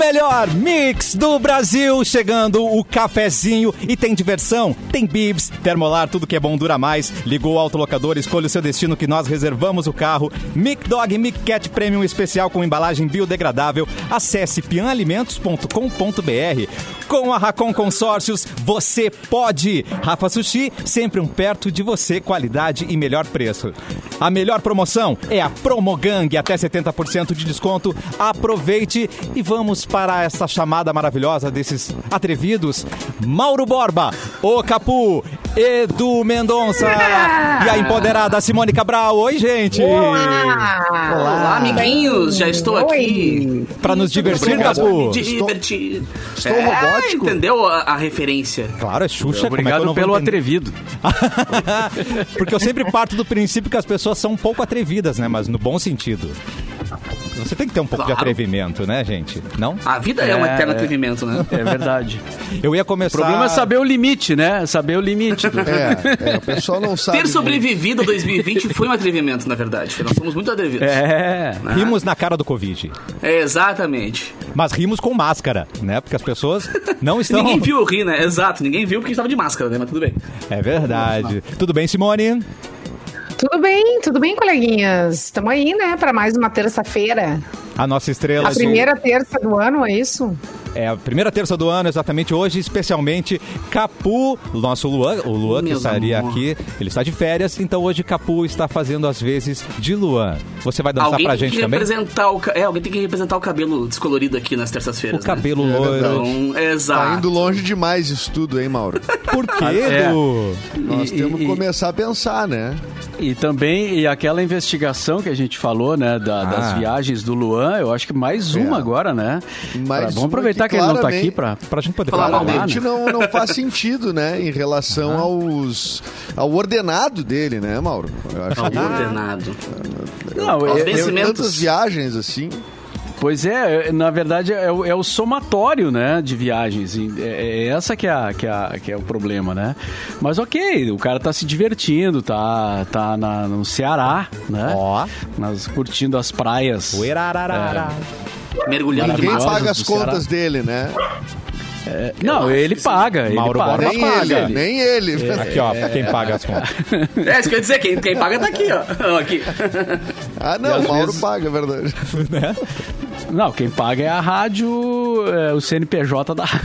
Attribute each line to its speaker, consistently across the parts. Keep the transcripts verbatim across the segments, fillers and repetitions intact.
Speaker 1: melhor mix do Brasil, chegando o cafezinho e tem diversão, tem bibs, termolar, tudo que é bom dura mais. Ligou o autolocador, escolha o seu destino que nós reservamos o carro. Mic Dog Mic Cat Premium especial com embalagem biodegradável. Acesse pian alimentos ponto com ponto b r. Com a Racon Consórcios, você pode. Rafa Sushi, sempre um perto de você, qualidade e melhor preço. A melhor promoção é a Promogang, até setenta por cento de desconto. Aproveite e vamos para essa chamada maravilhosa desses atrevidos. Mauro Borba, o Capu, Edu Mendonça e a empoderada Simone Cabral. Oi, gente!
Speaker 2: Olá!
Speaker 3: Olá, Olá amiguinhos! Já estou Oi. aqui
Speaker 1: para nos divertir, Capu.
Speaker 3: Me divertir.
Speaker 2: Estou, estou
Speaker 3: é,
Speaker 2: robótico.
Speaker 3: Entendeu a, a referência?
Speaker 1: Claro, é Xuxa.
Speaker 4: Obrigado
Speaker 1: como é
Speaker 4: pelo atrevido.
Speaker 1: Porque eu sempre parto do princípio que as pessoas são um pouco atrevidas, né? Mas no bom sentido. Você tem que ter um pouco claro. de atrevimento, né, gente? Não?
Speaker 3: A vida é, é um eterno atrevimento, né?
Speaker 4: É verdade.
Speaker 1: Eu ia começar...
Speaker 4: O problema é saber o limite, né? Saber o limite. Do...
Speaker 2: É, é, o pessoal não sabe...
Speaker 3: Ter sobrevivido a dois mil e vinte foi um atrevimento, na verdade. Nós somos muito atrevidos.
Speaker 1: É. Né? Rimos na cara do Covid.
Speaker 3: É, exatamente.
Speaker 1: Mas rimos com máscara, né? Porque as pessoas não estão...
Speaker 3: Ninguém viu eu rir, né? Exato. Ninguém viu porque estava de máscara, né? Mas tudo bem.
Speaker 1: É verdade. Tudo bem, Simone?
Speaker 5: Tudo bem, tudo bem, coleguinhas? Estamos aí, né, para mais uma terça-feira.
Speaker 1: A nossa estrela...
Speaker 5: A primeira terça do ano, é isso?
Speaker 1: É a primeira terça do ano, exatamente hoje, especialmente Capu, o nosso Luan, o Luan que estaria amor. aqui, ele está de férias, então hoje Capu está fazendo as vezes de Luan. Você vai dançar
Speaker 3: alguém
Speaker 1: pra gente também?
Speaker 3: Representar o, é, alguém tem que representar o cabelo descolorido aqui nas terças-feiras.
Speaker 1: O cabelo
Speaker 3: né?
Speaker 1: loiro.
Speaker 3: Então, exato.
Speaker 2: Tá indo longe demais isso tudo, hein, Mauro?
Speaker 1: Por quê,
Speaker 4: é.
Speaker 1: Edu?
Speaker 2: Nós
Speaker 4: e,
Speaker 2: temos
Speaker 4: e,
Speaker 2: que começar a pensar, né?
Speaker 4: E também, e aquela investigação que a gente falou, né, da, ah. das viagens do Luan, eu acho que mais uma é. agora, né?
Speaker 2: Mais
Speaker 4: pra, vamos aproveitar que, que ele não tá aqui pra, pra gente poder falar.
Speaker 2: Claramente não, não faz sentido, né, em relação ah. aos, ao ordenado dele, né, Mauro?
Speaker 3: Eu acho ao que... ordenado.
Speaker 4: Não,
Speaker 2: eu,
Speaker 4: eu,
Speaker 2: eu, tantas viagens assim...
Speaker 4: Pois é, na verdade é o, é o somatório, né, de viagens. É, é essa que é, a, que, é a, que é o problema, né? Mas ok, o cara tá se divertindo, tá, tá na, no Ceará, né?
Speaker 1: Ó.
Speaker 4: Nas, curtindo as praias.
Speaker 1: Uerararara.
Speaker 3: É, mergulhando
Speaker 2: Ninguém paga as contas dele, né?
Speaker 4: É, não, ele paga. Ele
Speaker 1: Mauro
Speaker 4: paga.
Speaker 2: Nem
Speaker 1: paga.
Speaker 2: ele, nem ele.
Speaker 1: É, aqui, ó, quem paga as contas.
Speaker 3: É, isso quer dizer, quem, quem paga tá aqui, ó. Aqui.
Speaker 2: Ah, não, o Mauro
Speaker 4: vezes...
Speaker 2: paga, é verdade.
Speaker 1: Né?
Speaker 4: Não, quem paga é a rádio, é o C N P J da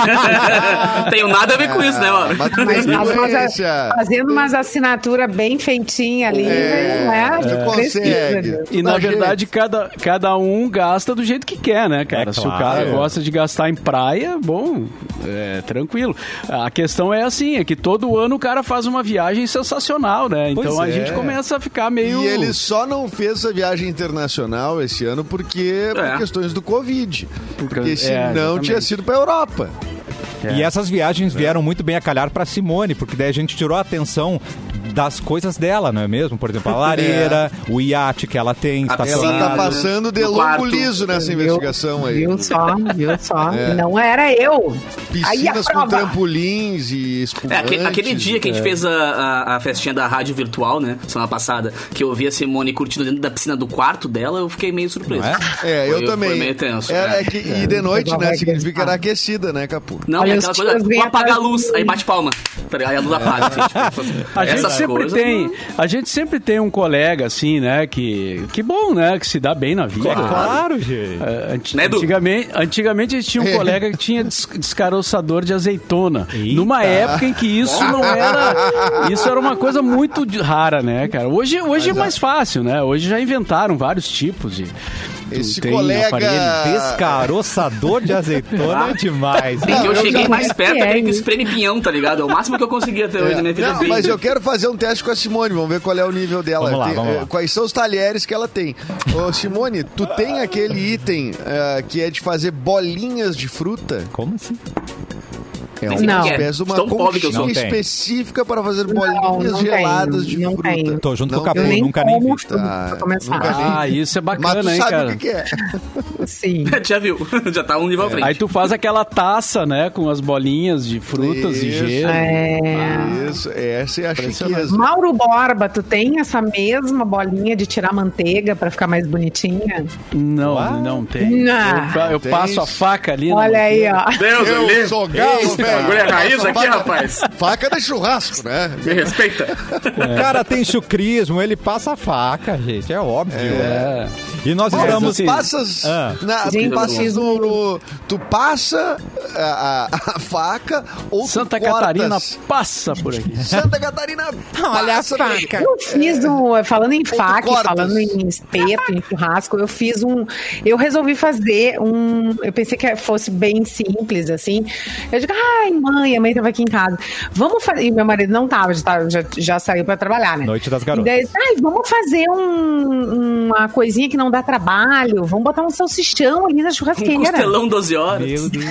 Speaker 3: Tenho nada a ver com isso, né, mano?
Speaker 2: Mas,
Speaker 5: mas, mas fazendo umas assinaturas bem feitinhas ali,
Speaker 2: é,
Speaker 5: né?
Speaker 2: Tu consegue.
Speaker 4: E na verdade, cada, cada um gasta do jeito que quer, né, cara?
Speaker 1: É
Speaker 4: Se
Speaker 1: claro.
Speaker 4: o cara gosta de gastar em praia, bom, é tranquilo. A questão é assim, é que todo ano o cara faz uma viagem sensacional, né? Então
Speaker 1: pois
Speaker 4: a
Speaker 1: é.
Speaker 4: gente começa a ficar meio...
Speaker 2: E ele só não fez a viagem internacional esse ano porque...
Speaker 3: É.
Speaker 2: questões do Covid. Porque
Speaker 4: É,
Speaker 2: senão
Speaker 4: exatamente.
Speaker 2: tinha sido pra Europa.
Speaker 4: É.
Speaker 1: E essas viagens vieram muito bem a calhar pra Simone, porque daí a gente tirou a atenção das coisas dela, não é mesmo? Por exemplo, a lareira, é. o iate que ela tem, estacionado.
Speaker 2: Ela tá passando de longo liso nessa
Speaker 5: viu,
Speaker 2: investigação aí.
Speaker 5: Viu só, viu só.
Speaker 2: É.
Speaker 5: Não era eu.
Speaker 2: Piscinas com trampolins e espumantes.
Speaker 3: É, aquele, aquele dia que a gente
Speaker 2: é.
Speaker 3: fez a, a, a festinha da rádio virtual, né? Semana passada, que eu vi a Simone curtindo dentro da piscina do quarto dela, eu fiquei meio surpreso.
Speaker 2: É, é eu
Speaker 3: foi,
Speaker 2: também.
Speaker 3: Foi meio tenso.
Speaker 2: É, é que,
Speaker 5: é.
Speaker 2: E de noite, né?
Speaker 5: É.
Speaker 2: Significa que era aquecida, né, Capu?
Speaker 3: Não,
Speaker 5: Olha,
Speaker 3: é aquela coisa, vou apagar a luz, aí bate palma. Aí a luz apaga. Assim, tipo,
Speaker 4: A gente sempre
Speaker 3: coisas,
Speaker 4: tem,
Speaker 3: não.
Speaker 4: a gente sempre tem um colega assim, né, que que bom, né, que se dá bem na vida.
Speaker 1: É claro, gente.
Speaker 4: Uh, anti-
Speaker 3: Né, Edu?
Speaker 4: antigamente, antigamente a gente tinha um colega que tinha des- descaroçador de azeitona.
Speaker 1: Eita.
Speaker 4: Numa época em que isso não era, isso era uma coisa muito de- rara, né, cara? Hoje, hoje é mais fácil, né? Hoje já inventaram vários tipos de
Speaker 2: Esse
Speaker 4: tem
Speaker 2: colega...
Speaker 4: aparelho.
Speaker 1: Descaroçador de azeitona é demais.
Speaker 3: Tem que eu
Speaker 2: eu
Speaker 3: cheguei
Speaker 2: já-
Speaker 3: mais perto,
Speaker 5: É,
Speaker 3: aquele que
Speaker 5: hein?
Speaker 3: espreme pinhão, tá ligado? É o máximo que eu consegui até hoje na minha vida.
Speaker 2: Não,
Speaker 3: bem.
Speaker 2: mas eu quero fazer um teste com a Simone, vamos ver qual é o nível dela.
Speaker 1: Vamos lá,
Speaker 2: Tem,
Speaker 1: vamos
Speaker 2: eh,
Speaker 1: lá.
Speaker 2: Quais são os talheres que ela tem? Ô, Simone, tu tem aquele item eh, que é de fazer bolinhas de fruta?
Speaker 1: Como assim?
Speaker 2: É
Speaker 3: Nem
Speaker 2: uma
Speaker 3: sei
Speaker 5: Não.
Speaker 3: o que é.
Speaker 2: espécie de uma
Speaker 3: Tão pobre que eu sou.
Speaker 2: conchinha
Speaker 1: Não tem.
Speaker 2: específica para fazer bolinhas
Speaker 5: Não, não
Speaker 2: geladas
Speaker 5: tenho,
Speaker 2: de
Speaker 5: não
Speaker 2: fruta.
Speaker 5: tenho.
Speaker 1: Tô junto
Speaker 2: Não
Speaker 1: com o Capu,
Speaker 5: Eu nem
Speaker 1: nunca nem
Speaker 5: como
Speaker 1: vi.
Speaker 5: fruta,
Speaker 2: Tá,
Speaker 5: pra começar.
Speaker 2: nunca vi.
Speaker 4: Ah, isso é
Speaker 2: Mas tu
Speaker 4: bacana, hein,
Speaker 2: sabe
Speaker 4: cara?
Speaker 2: o que, que é.
Speaker 5: Sim.
Speaker 3: Já viu, já tá um nível à frente.
Speaker 4: Aí tu faz aquela taça, né, com as bolinhas de frutas e
Speaker 2: Isso.
Speaker 4: gelo.
Speaker 5: É.
Speaker 2: Isso, essa é a
Speaker 4: Impressionante.
Speaker 2: chiqueza.
Speaker 5: Mauro Borba, tu tem essa mesma bolinha de tirar manteiga pra ficar mais bonitinha?
Speaker 4: Não,
Speaker 1: Uau.
Speaker 4: não tem.
Speaker 5: Não.
Speaker 4: Eu, eu
Speaker 2: Tem
Speaker 4: passo
Speaker 2: isso.
Speaker 4: a faca ali. na
Speaker 5: Olha aí,
Speaker 4: manteiga.
Speaker 5: ó.
Speaker 3: Deus,
Speaker 2: Eu
Speaker 3: livre.
Speaker 2: sou galo,
Speaker 3: Esse
Speaker 2: velho.
Speaker 3: bagulho é raiz aqui,
Speaker 2: Faca-
Speaker 3: rapaz.
Speaker 2: Faca de churrasco, né?
Speaker 3: Me respeita.
Speaker 1: O cara tem chucrismo, ele passa a faca, gente, é óbvio.
Speaker 4: É.
Speaker 1: E nós
Speaker 2: Mas
Speaker 1: estamos...
Speaker 2: tu passas,
Speaker 1: Ah.
Speaker 2: na,
Speaker 5: Gente,
Speaker 2: tu, passas no, no- tu passa a, a- a faca ou
Speaker 4: Santa
Speaker 2: tu cortas.
Speaker 4: Catarina passa por aqui.
Speaker 2: Santa Catarina
Speaker 1: Olha a
Speaker 2: passa por aqui.
Speaker 1: faca.
Speaker 5: Eu fiz um, falando em
Speaker 2: tu
Speaker 5: faca, e
Speaker 2: cortas.
Speaker 5: falando em espeto, em churrasco, eu fiz um, eu resolvi fazer um, eu pensei que fosse bem simples, assim, eu digo, ai mãe, a mãe tava aqui em casa, vamos fazer, e meu marido não tava, já, tava, já, já saiu pra trabalhar, né?
Speaker 1: Noite das
Speaker 5: E
Speaker 1: garotas.
Speaker 5: daí, ai, vamos fazer um, uma coisinha que não dá trabalho, vamos botar um salsichão ali na
Speaker 3: Um
Speaker 5: churrasqueira.
Speaker 3: costelão doze horas.
Speaker 1: Meu Deus.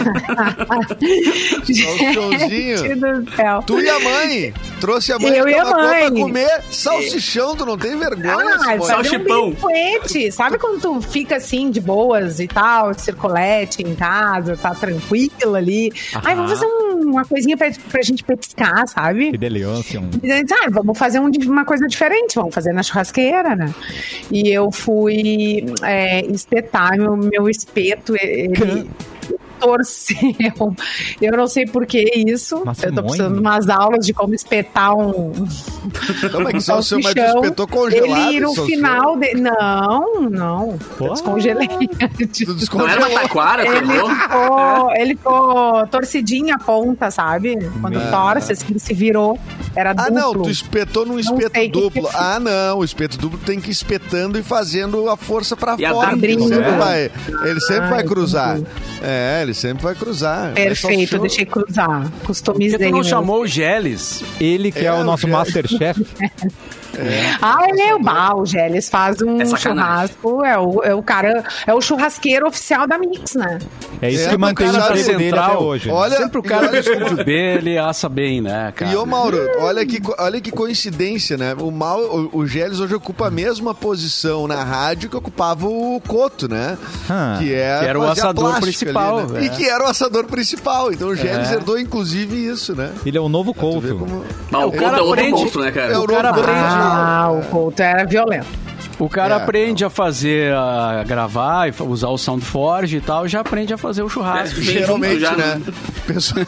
Speaker 2: Salsichãozinho.
Speaker 5: Gente do céu.
Speaker 2: Tu e a mãe. Trouxe a mãe
Speaker 5: Eu e a
Speaker 2: pra tua
Speaker 5: mãe.
Speaker 2: pra comer salsichão. Tu não tem vergonha,
Speaker 5: Ah,
Speaker 2: Simone?
Speaker 5: fazer um
Speaker 3: Salchipão.
Speaker 5: banquete. Sabe quando tu fica assim, de boas e tal, circulete em casa, tá tranquilo ali. Ai, vamos fazer um- uma coisinha pra, pra gente petiscar, sabe?
Speaker 1: Que delícia. um-
Speaker 5: E daí, ah, vamos fazer um- uma coisa diferente, vamos fazer na churrasqueira, né? E eu fui é, espetar meu, meu espeto, ele torceu. Eu não sei por que isso.
Speaker 1: Mas,
Speaker 5: eu tô
Speaker 1: Simone.
Speaker 5: precisando de umas aulas de como espetar um,
Speaker 2: Não, mas que salsichão, mas tu
Speaker 5: salsichão.
Speaker 2: espetou congelado.
Speaker 5: Ele no
Speaker 2: salsichão.
Speaker 5: final de... Não, não.
Speaker 1: Pô.
Speaker 5: Eu descongelei.
Speaker 2: Tu
Speaker 3: Não
Speaker 2: descongelou.
Speaker 3: era uma taquara, tu
Speaker 5: Ele
Speaker 3: errou?
Speaker 5: ficou, ele ficou torcidinho a ponta, sabe? Quando
Speaker 2: Meu.
Speaker 5: torce, assim, ele se virou. Era
Speaker 2: Ah,
Speaker 5: duplo.
Speaker 2: não, tu espetou num espeto
Speaker 5: sei que
Speaker 2: duplo.
Speaker 5: que-
Speaker 2: Ah, não, o espeto duplo tem que ir espetando e fazendo a força pra
Speaker 3: E
Speaker 2: fora. Ele
Speaker 5: abrindo.
Speaker 2: sempre
Speaker 1: É.
Speaker 2: vai, ele sempre
Speaker 5: Ai,
Speaker 2: vai cruzar.
Speaker 5: entendi.
Speaker 2: É, ele sempre vai cruzar. Mas
Speaker 5: Perfeito,
Speaker 2: salsichão-
Speaker 5: deixei cruzar.
Speaker 4: Por que
Speaker 5: Customizei.
Speaker 4: tu não
Speaker 5: meu.
Speaker 4: chamou o Geles?
Speaker 1: Ele que é,
Speaker 2: É,
Speaker 1: o
Speaker 2: o
Speaker 1: nosso
Speaker 2: Gé-
Speaker 1: Masterchef.
Speaker 5: Ah, ele é o bah, o Gélis faz um
Speaker 3: É sacanagem.
Speaker 5: churrasco, é o, é o cara, é o churrasqueiro oficial da Mix, né?
Speaker 1: É isso
Speaker 2: É,
Speaker 1: que mantém o
Speaker 2: cara,
Speaker 1: emprego dele
Speaker 4: central.
Speaker 1: até hoje. né?
Speaker 2: Olha,
Speaker 4: Sempre o
Speaker 2: e
Speaker 4: cara do
Speaker 2: olha-
Speaker 4: estúdio B, ele assa bem, né, cara?
Speaker 2: E ô Mauro, olha que, co- olha que coincidência, né? O, Mau, o, o Gélis hoje ocupa a mesma posição na rádio que ocupava o Coto, né?
Speaker 1: Ah,
Speaker 2: que, é
Speaker 4: que era o
Speaker 2: fazer a
Speaker 4: assador
Speaker 2: plástica
Speaker 4: principal,
Speaker 2: né?
Speaker 4: é.
Speaker 2: E que era o assador principal. Então o Gélis
Speaker 4: É.
Speaker 2: herdou inclusive isso, né?
Speaker 1: Ele é o novo
Speaker 2: Tu vê
Speaker 1: Couto.
Speaker 2: como-
Speaker 3: Mas o
Speaker 4: cara
Speaker 3: Couto é outro
Speaker 4: aprende-
Speaker 3: monstro, né, cara?
Speaker 2: É o
Speaker 4: O cara
Speaker 2: novo
Speaker 4: aprende-
Speaker 5: Ah, o Couto era violento.
Speaker 4: O cara
Speaker 2: É,
Speaker 4: aprende a fazer, a gravar, e fa- usar o Soundforge e tal, já aprende a fazer o churrasco.
Speaker 3: É.
Speaker 2: Geralmente,
Speaker 3: já,
Speaker 2: né?
Speaker 3: né?
Speaker 2: Pessoa-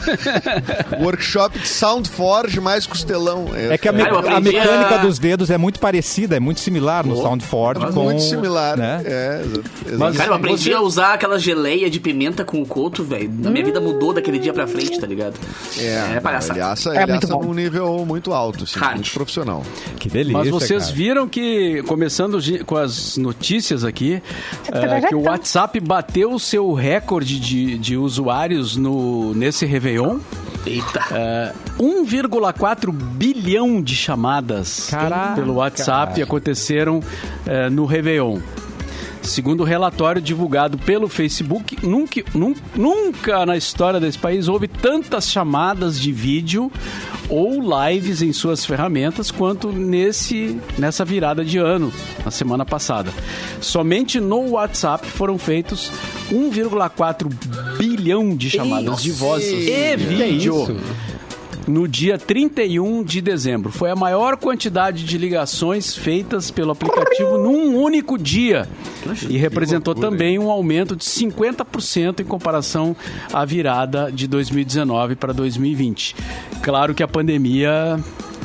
Speaker 2: Workshop de Soundforge mais costelão.
Speaker 1: É que a, me-
Speaker 3: Cara, eu
Speaker 1: a
Speaker 3: aprendi
Speaker 1: mecânica
Speaker 3: a-
Speaker 1: dos dedos é muito parecida, é muito similar no Soundforge.
Speaker 2: É
Speaker 1: com,
Speaker 2: muito similar.
Speaker 1: Né?
Speaker 2: É, exa-
Speaker 4: Mas-
Speaker 2: exatamente.
Speaker 3: Cara, eu aprendi
Speaker 4: Você-
Speaker 3: a usar aquela geleia de pimenta com o Couto, velho. A minha vida mudou daquele dia pra frente, tá ligado?
Speaker 2: É,
Speaker 3: É palhaçada.
Speaker 2: ele assa,
Speaker 5: É
Speaker 2: ele
Speaker 5: muito
Speaker 2: assa
Speaker 5: bom.
Speaker 2: num nível muito alto, assim,
Speaker 3: Hard.
Speaker 2: muito profissional.
Speaker 1: Que delícia,
Speaker 4: Mas vocês
Speaker 1: cara.
Speaker 4: viram que, começando gi- com as notícias aqui, é, que o WhatsApp bateu o seu recorde de, de usuários no, nesse Réveillon.
Speaker 3: Eita.
Speaker 4: É, um vírgula quatro bilhão de chamadas
Speaker 1: Caraca.
Speaker 4: pelo WhatsApp aconteceram é, no Réveillon. Segundo o relatório divulgado pelo Facebook, nunca, nun- nunca na história desse país houve tantas chamadas de vídeo ou lives em suas ferramentas quanto nesse, nessa virada de ano, na semana passada. Somente no WhatsApp foram feitos um vírgula quatro bilhão de chamadas de voz e
Speaker 1: Que é
Speaker 4: vídeo.
Speaker 1: isso?
Speaker 4: No dia trinta e um de dezembro. Foi a maior quantidade de ligações feitas pelo aplicativo num único dia. E representou
Speaker 2: loucura,
Speaker 4: também um aumento de cinquenta por cento em comparação à virada de dois mil e dezenove para dois mil e vinte. Claro que a pandemia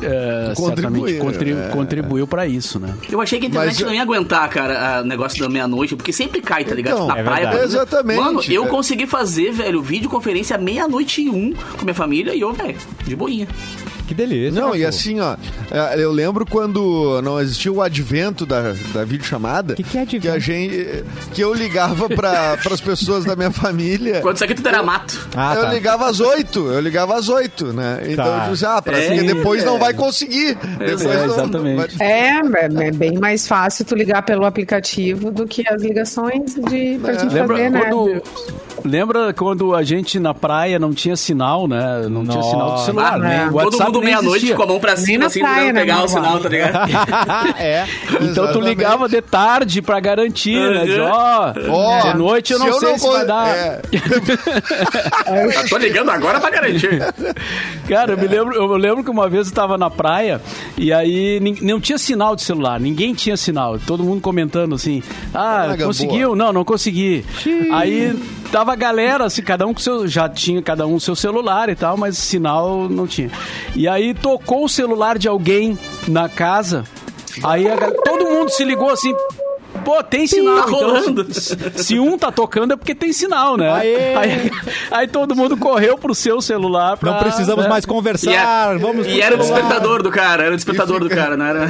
Speaker 4: é,
Speaker 2: Contribuiu,
Speaker 4: certamente contribu-
Speaker 2: é.
Speaker 4: contribuiu para isso, né?
Speaker 3: Eu achei que a internet
Speaker 2: Mas-
Speaker 3: não ia aguentar, cara, o negócio da meia-noite, porque sempre cai, tá ligado?
Speaker 2: Então,
Speaker 3: Na
Speaker 1: é
Speaker 3: praia.
Speaker 1: verdade.
Speaker 3: por exemplo.
Speaker 2: Exatamente,
Speaker 3: Mano, eu
Speaker 2: é.
Speaker 3: consegui fazer, velho, videoconferência meia-noite e um com minha família e eu, velho, de boinha.
Speaker 1: Que delícia.
Speaker 2: Não,
Speaker 1: né,
Speaker 2: e
Speaker 1: pô?
Speaker 2: assim, ó, é, eu lembro quando não existia o advento da, da videochamada.
Speaker 1: Que que é advento?
Speaker 2: Que a gente. Que eu ligava para as pessoas da minha família.
Speaker 3: Quando isso aqui tudo era mato.
Speaker 1: Ah,
Speaker 2: eu
Speaker 1: tá.
Speaker 2: ligava às oito, eu ligava às oito, né? Então
Speaker 1: Tá.
Speaker 2: eu disse, ah, pra,
Speaker 3: É,
Speaker 2: porque depois
Speaker 3: é.
Speaker 2: não vai conseguir. Depois
Speaker 4: É,
Speaker 2: não-
Speaker 4: exatamente.
Speaker 2: vai-
Speaker 5: É, é, é bem mais fácil tu ligar pelo aplicativo do que as ligações de, pra gente
Speaker 4: Lembra
Speaker 5: fazer, né?
Speaker 4: quando, Lembra quando a gente na praia não tinha sinal, né? Não tinha
Speaker 1: Nossa.
Speaker 4: sinal do celular,
Speaker 3: Ah,
Speaker 4: né?
Speaker 3: Todo
Speaker 4: WhatsApp
Speaker 3: mundo
Speaker 4: nem
Speaker 3: meia-noite
Speaker 4: existia.
Speaker 3: com a mão pra
Speaker 5: Nem
Speaker 3: cima,
Speaker 5: na
Speaker 3: assim,
Speaker 5: praia,
Speaker 3: tentando
Speaker 5: né,
Speaker 3: pegar o
Speaker 5: mano?
Speaker 3: sinal, tá ligado?
Speaker 1: é.
Speaker 4: Então tu
Speaker 2: Exatamente.
Speaker 4: ligava de tarde pra garantir, né? Diz, ó,
Speaker 2: Ó,
Speaker 4: de noite eu
Speaker 2: se
Speaker 4: não
Speaker 2: eu
Speaker 4: sei
Speaker 2: não
Speaker 4: se
Speaker 2: vou-
Speaker 4: vai dar.
Speaker 2: é.
Speaker 3: Eu tô ligando agora pra garantir.
Speaker 4: Cara, eu me lembro, eu lembro que uma vez eu tava na praia e aí nin- não tinha sinal de celular, ninguém tinha sinal. Todo mundo comentando assim: ah,
Speaker 2: Draga
Speaker 4: conseguiu? Não, não consegui. Aí tava a galera, assim, cada um com seu. Já tinha cada um seu celular e tal, mas sinal não tinha. E aí tocou o celular de alguém na casa. Aí a gal- todo mundo se ligou assim. Pô, tem sinal.
Speaker 3: Tá
Speaker 4: Então,
Speaker 3: rolando.
Speaker 4: se, se um tá tocando é porque tem sinal, né?
Speaker 1: Aê!
Speaker 4: Aí, aí todo mundo correu pro seu celular. Pra,
Speaker 1: Não precisamos
Speaker 4: né?
Speaker 1: mais
Speaker 3: E,
Speaker 1: conversar.
Speaker 3: é-
Speaker 1: Vamos
Speaker 3: e
Speaker 1: pro
Speaker 3: era o
Speaker 1: celular.
Speaker 3: despertador do cara, era o despertador do cara, não era?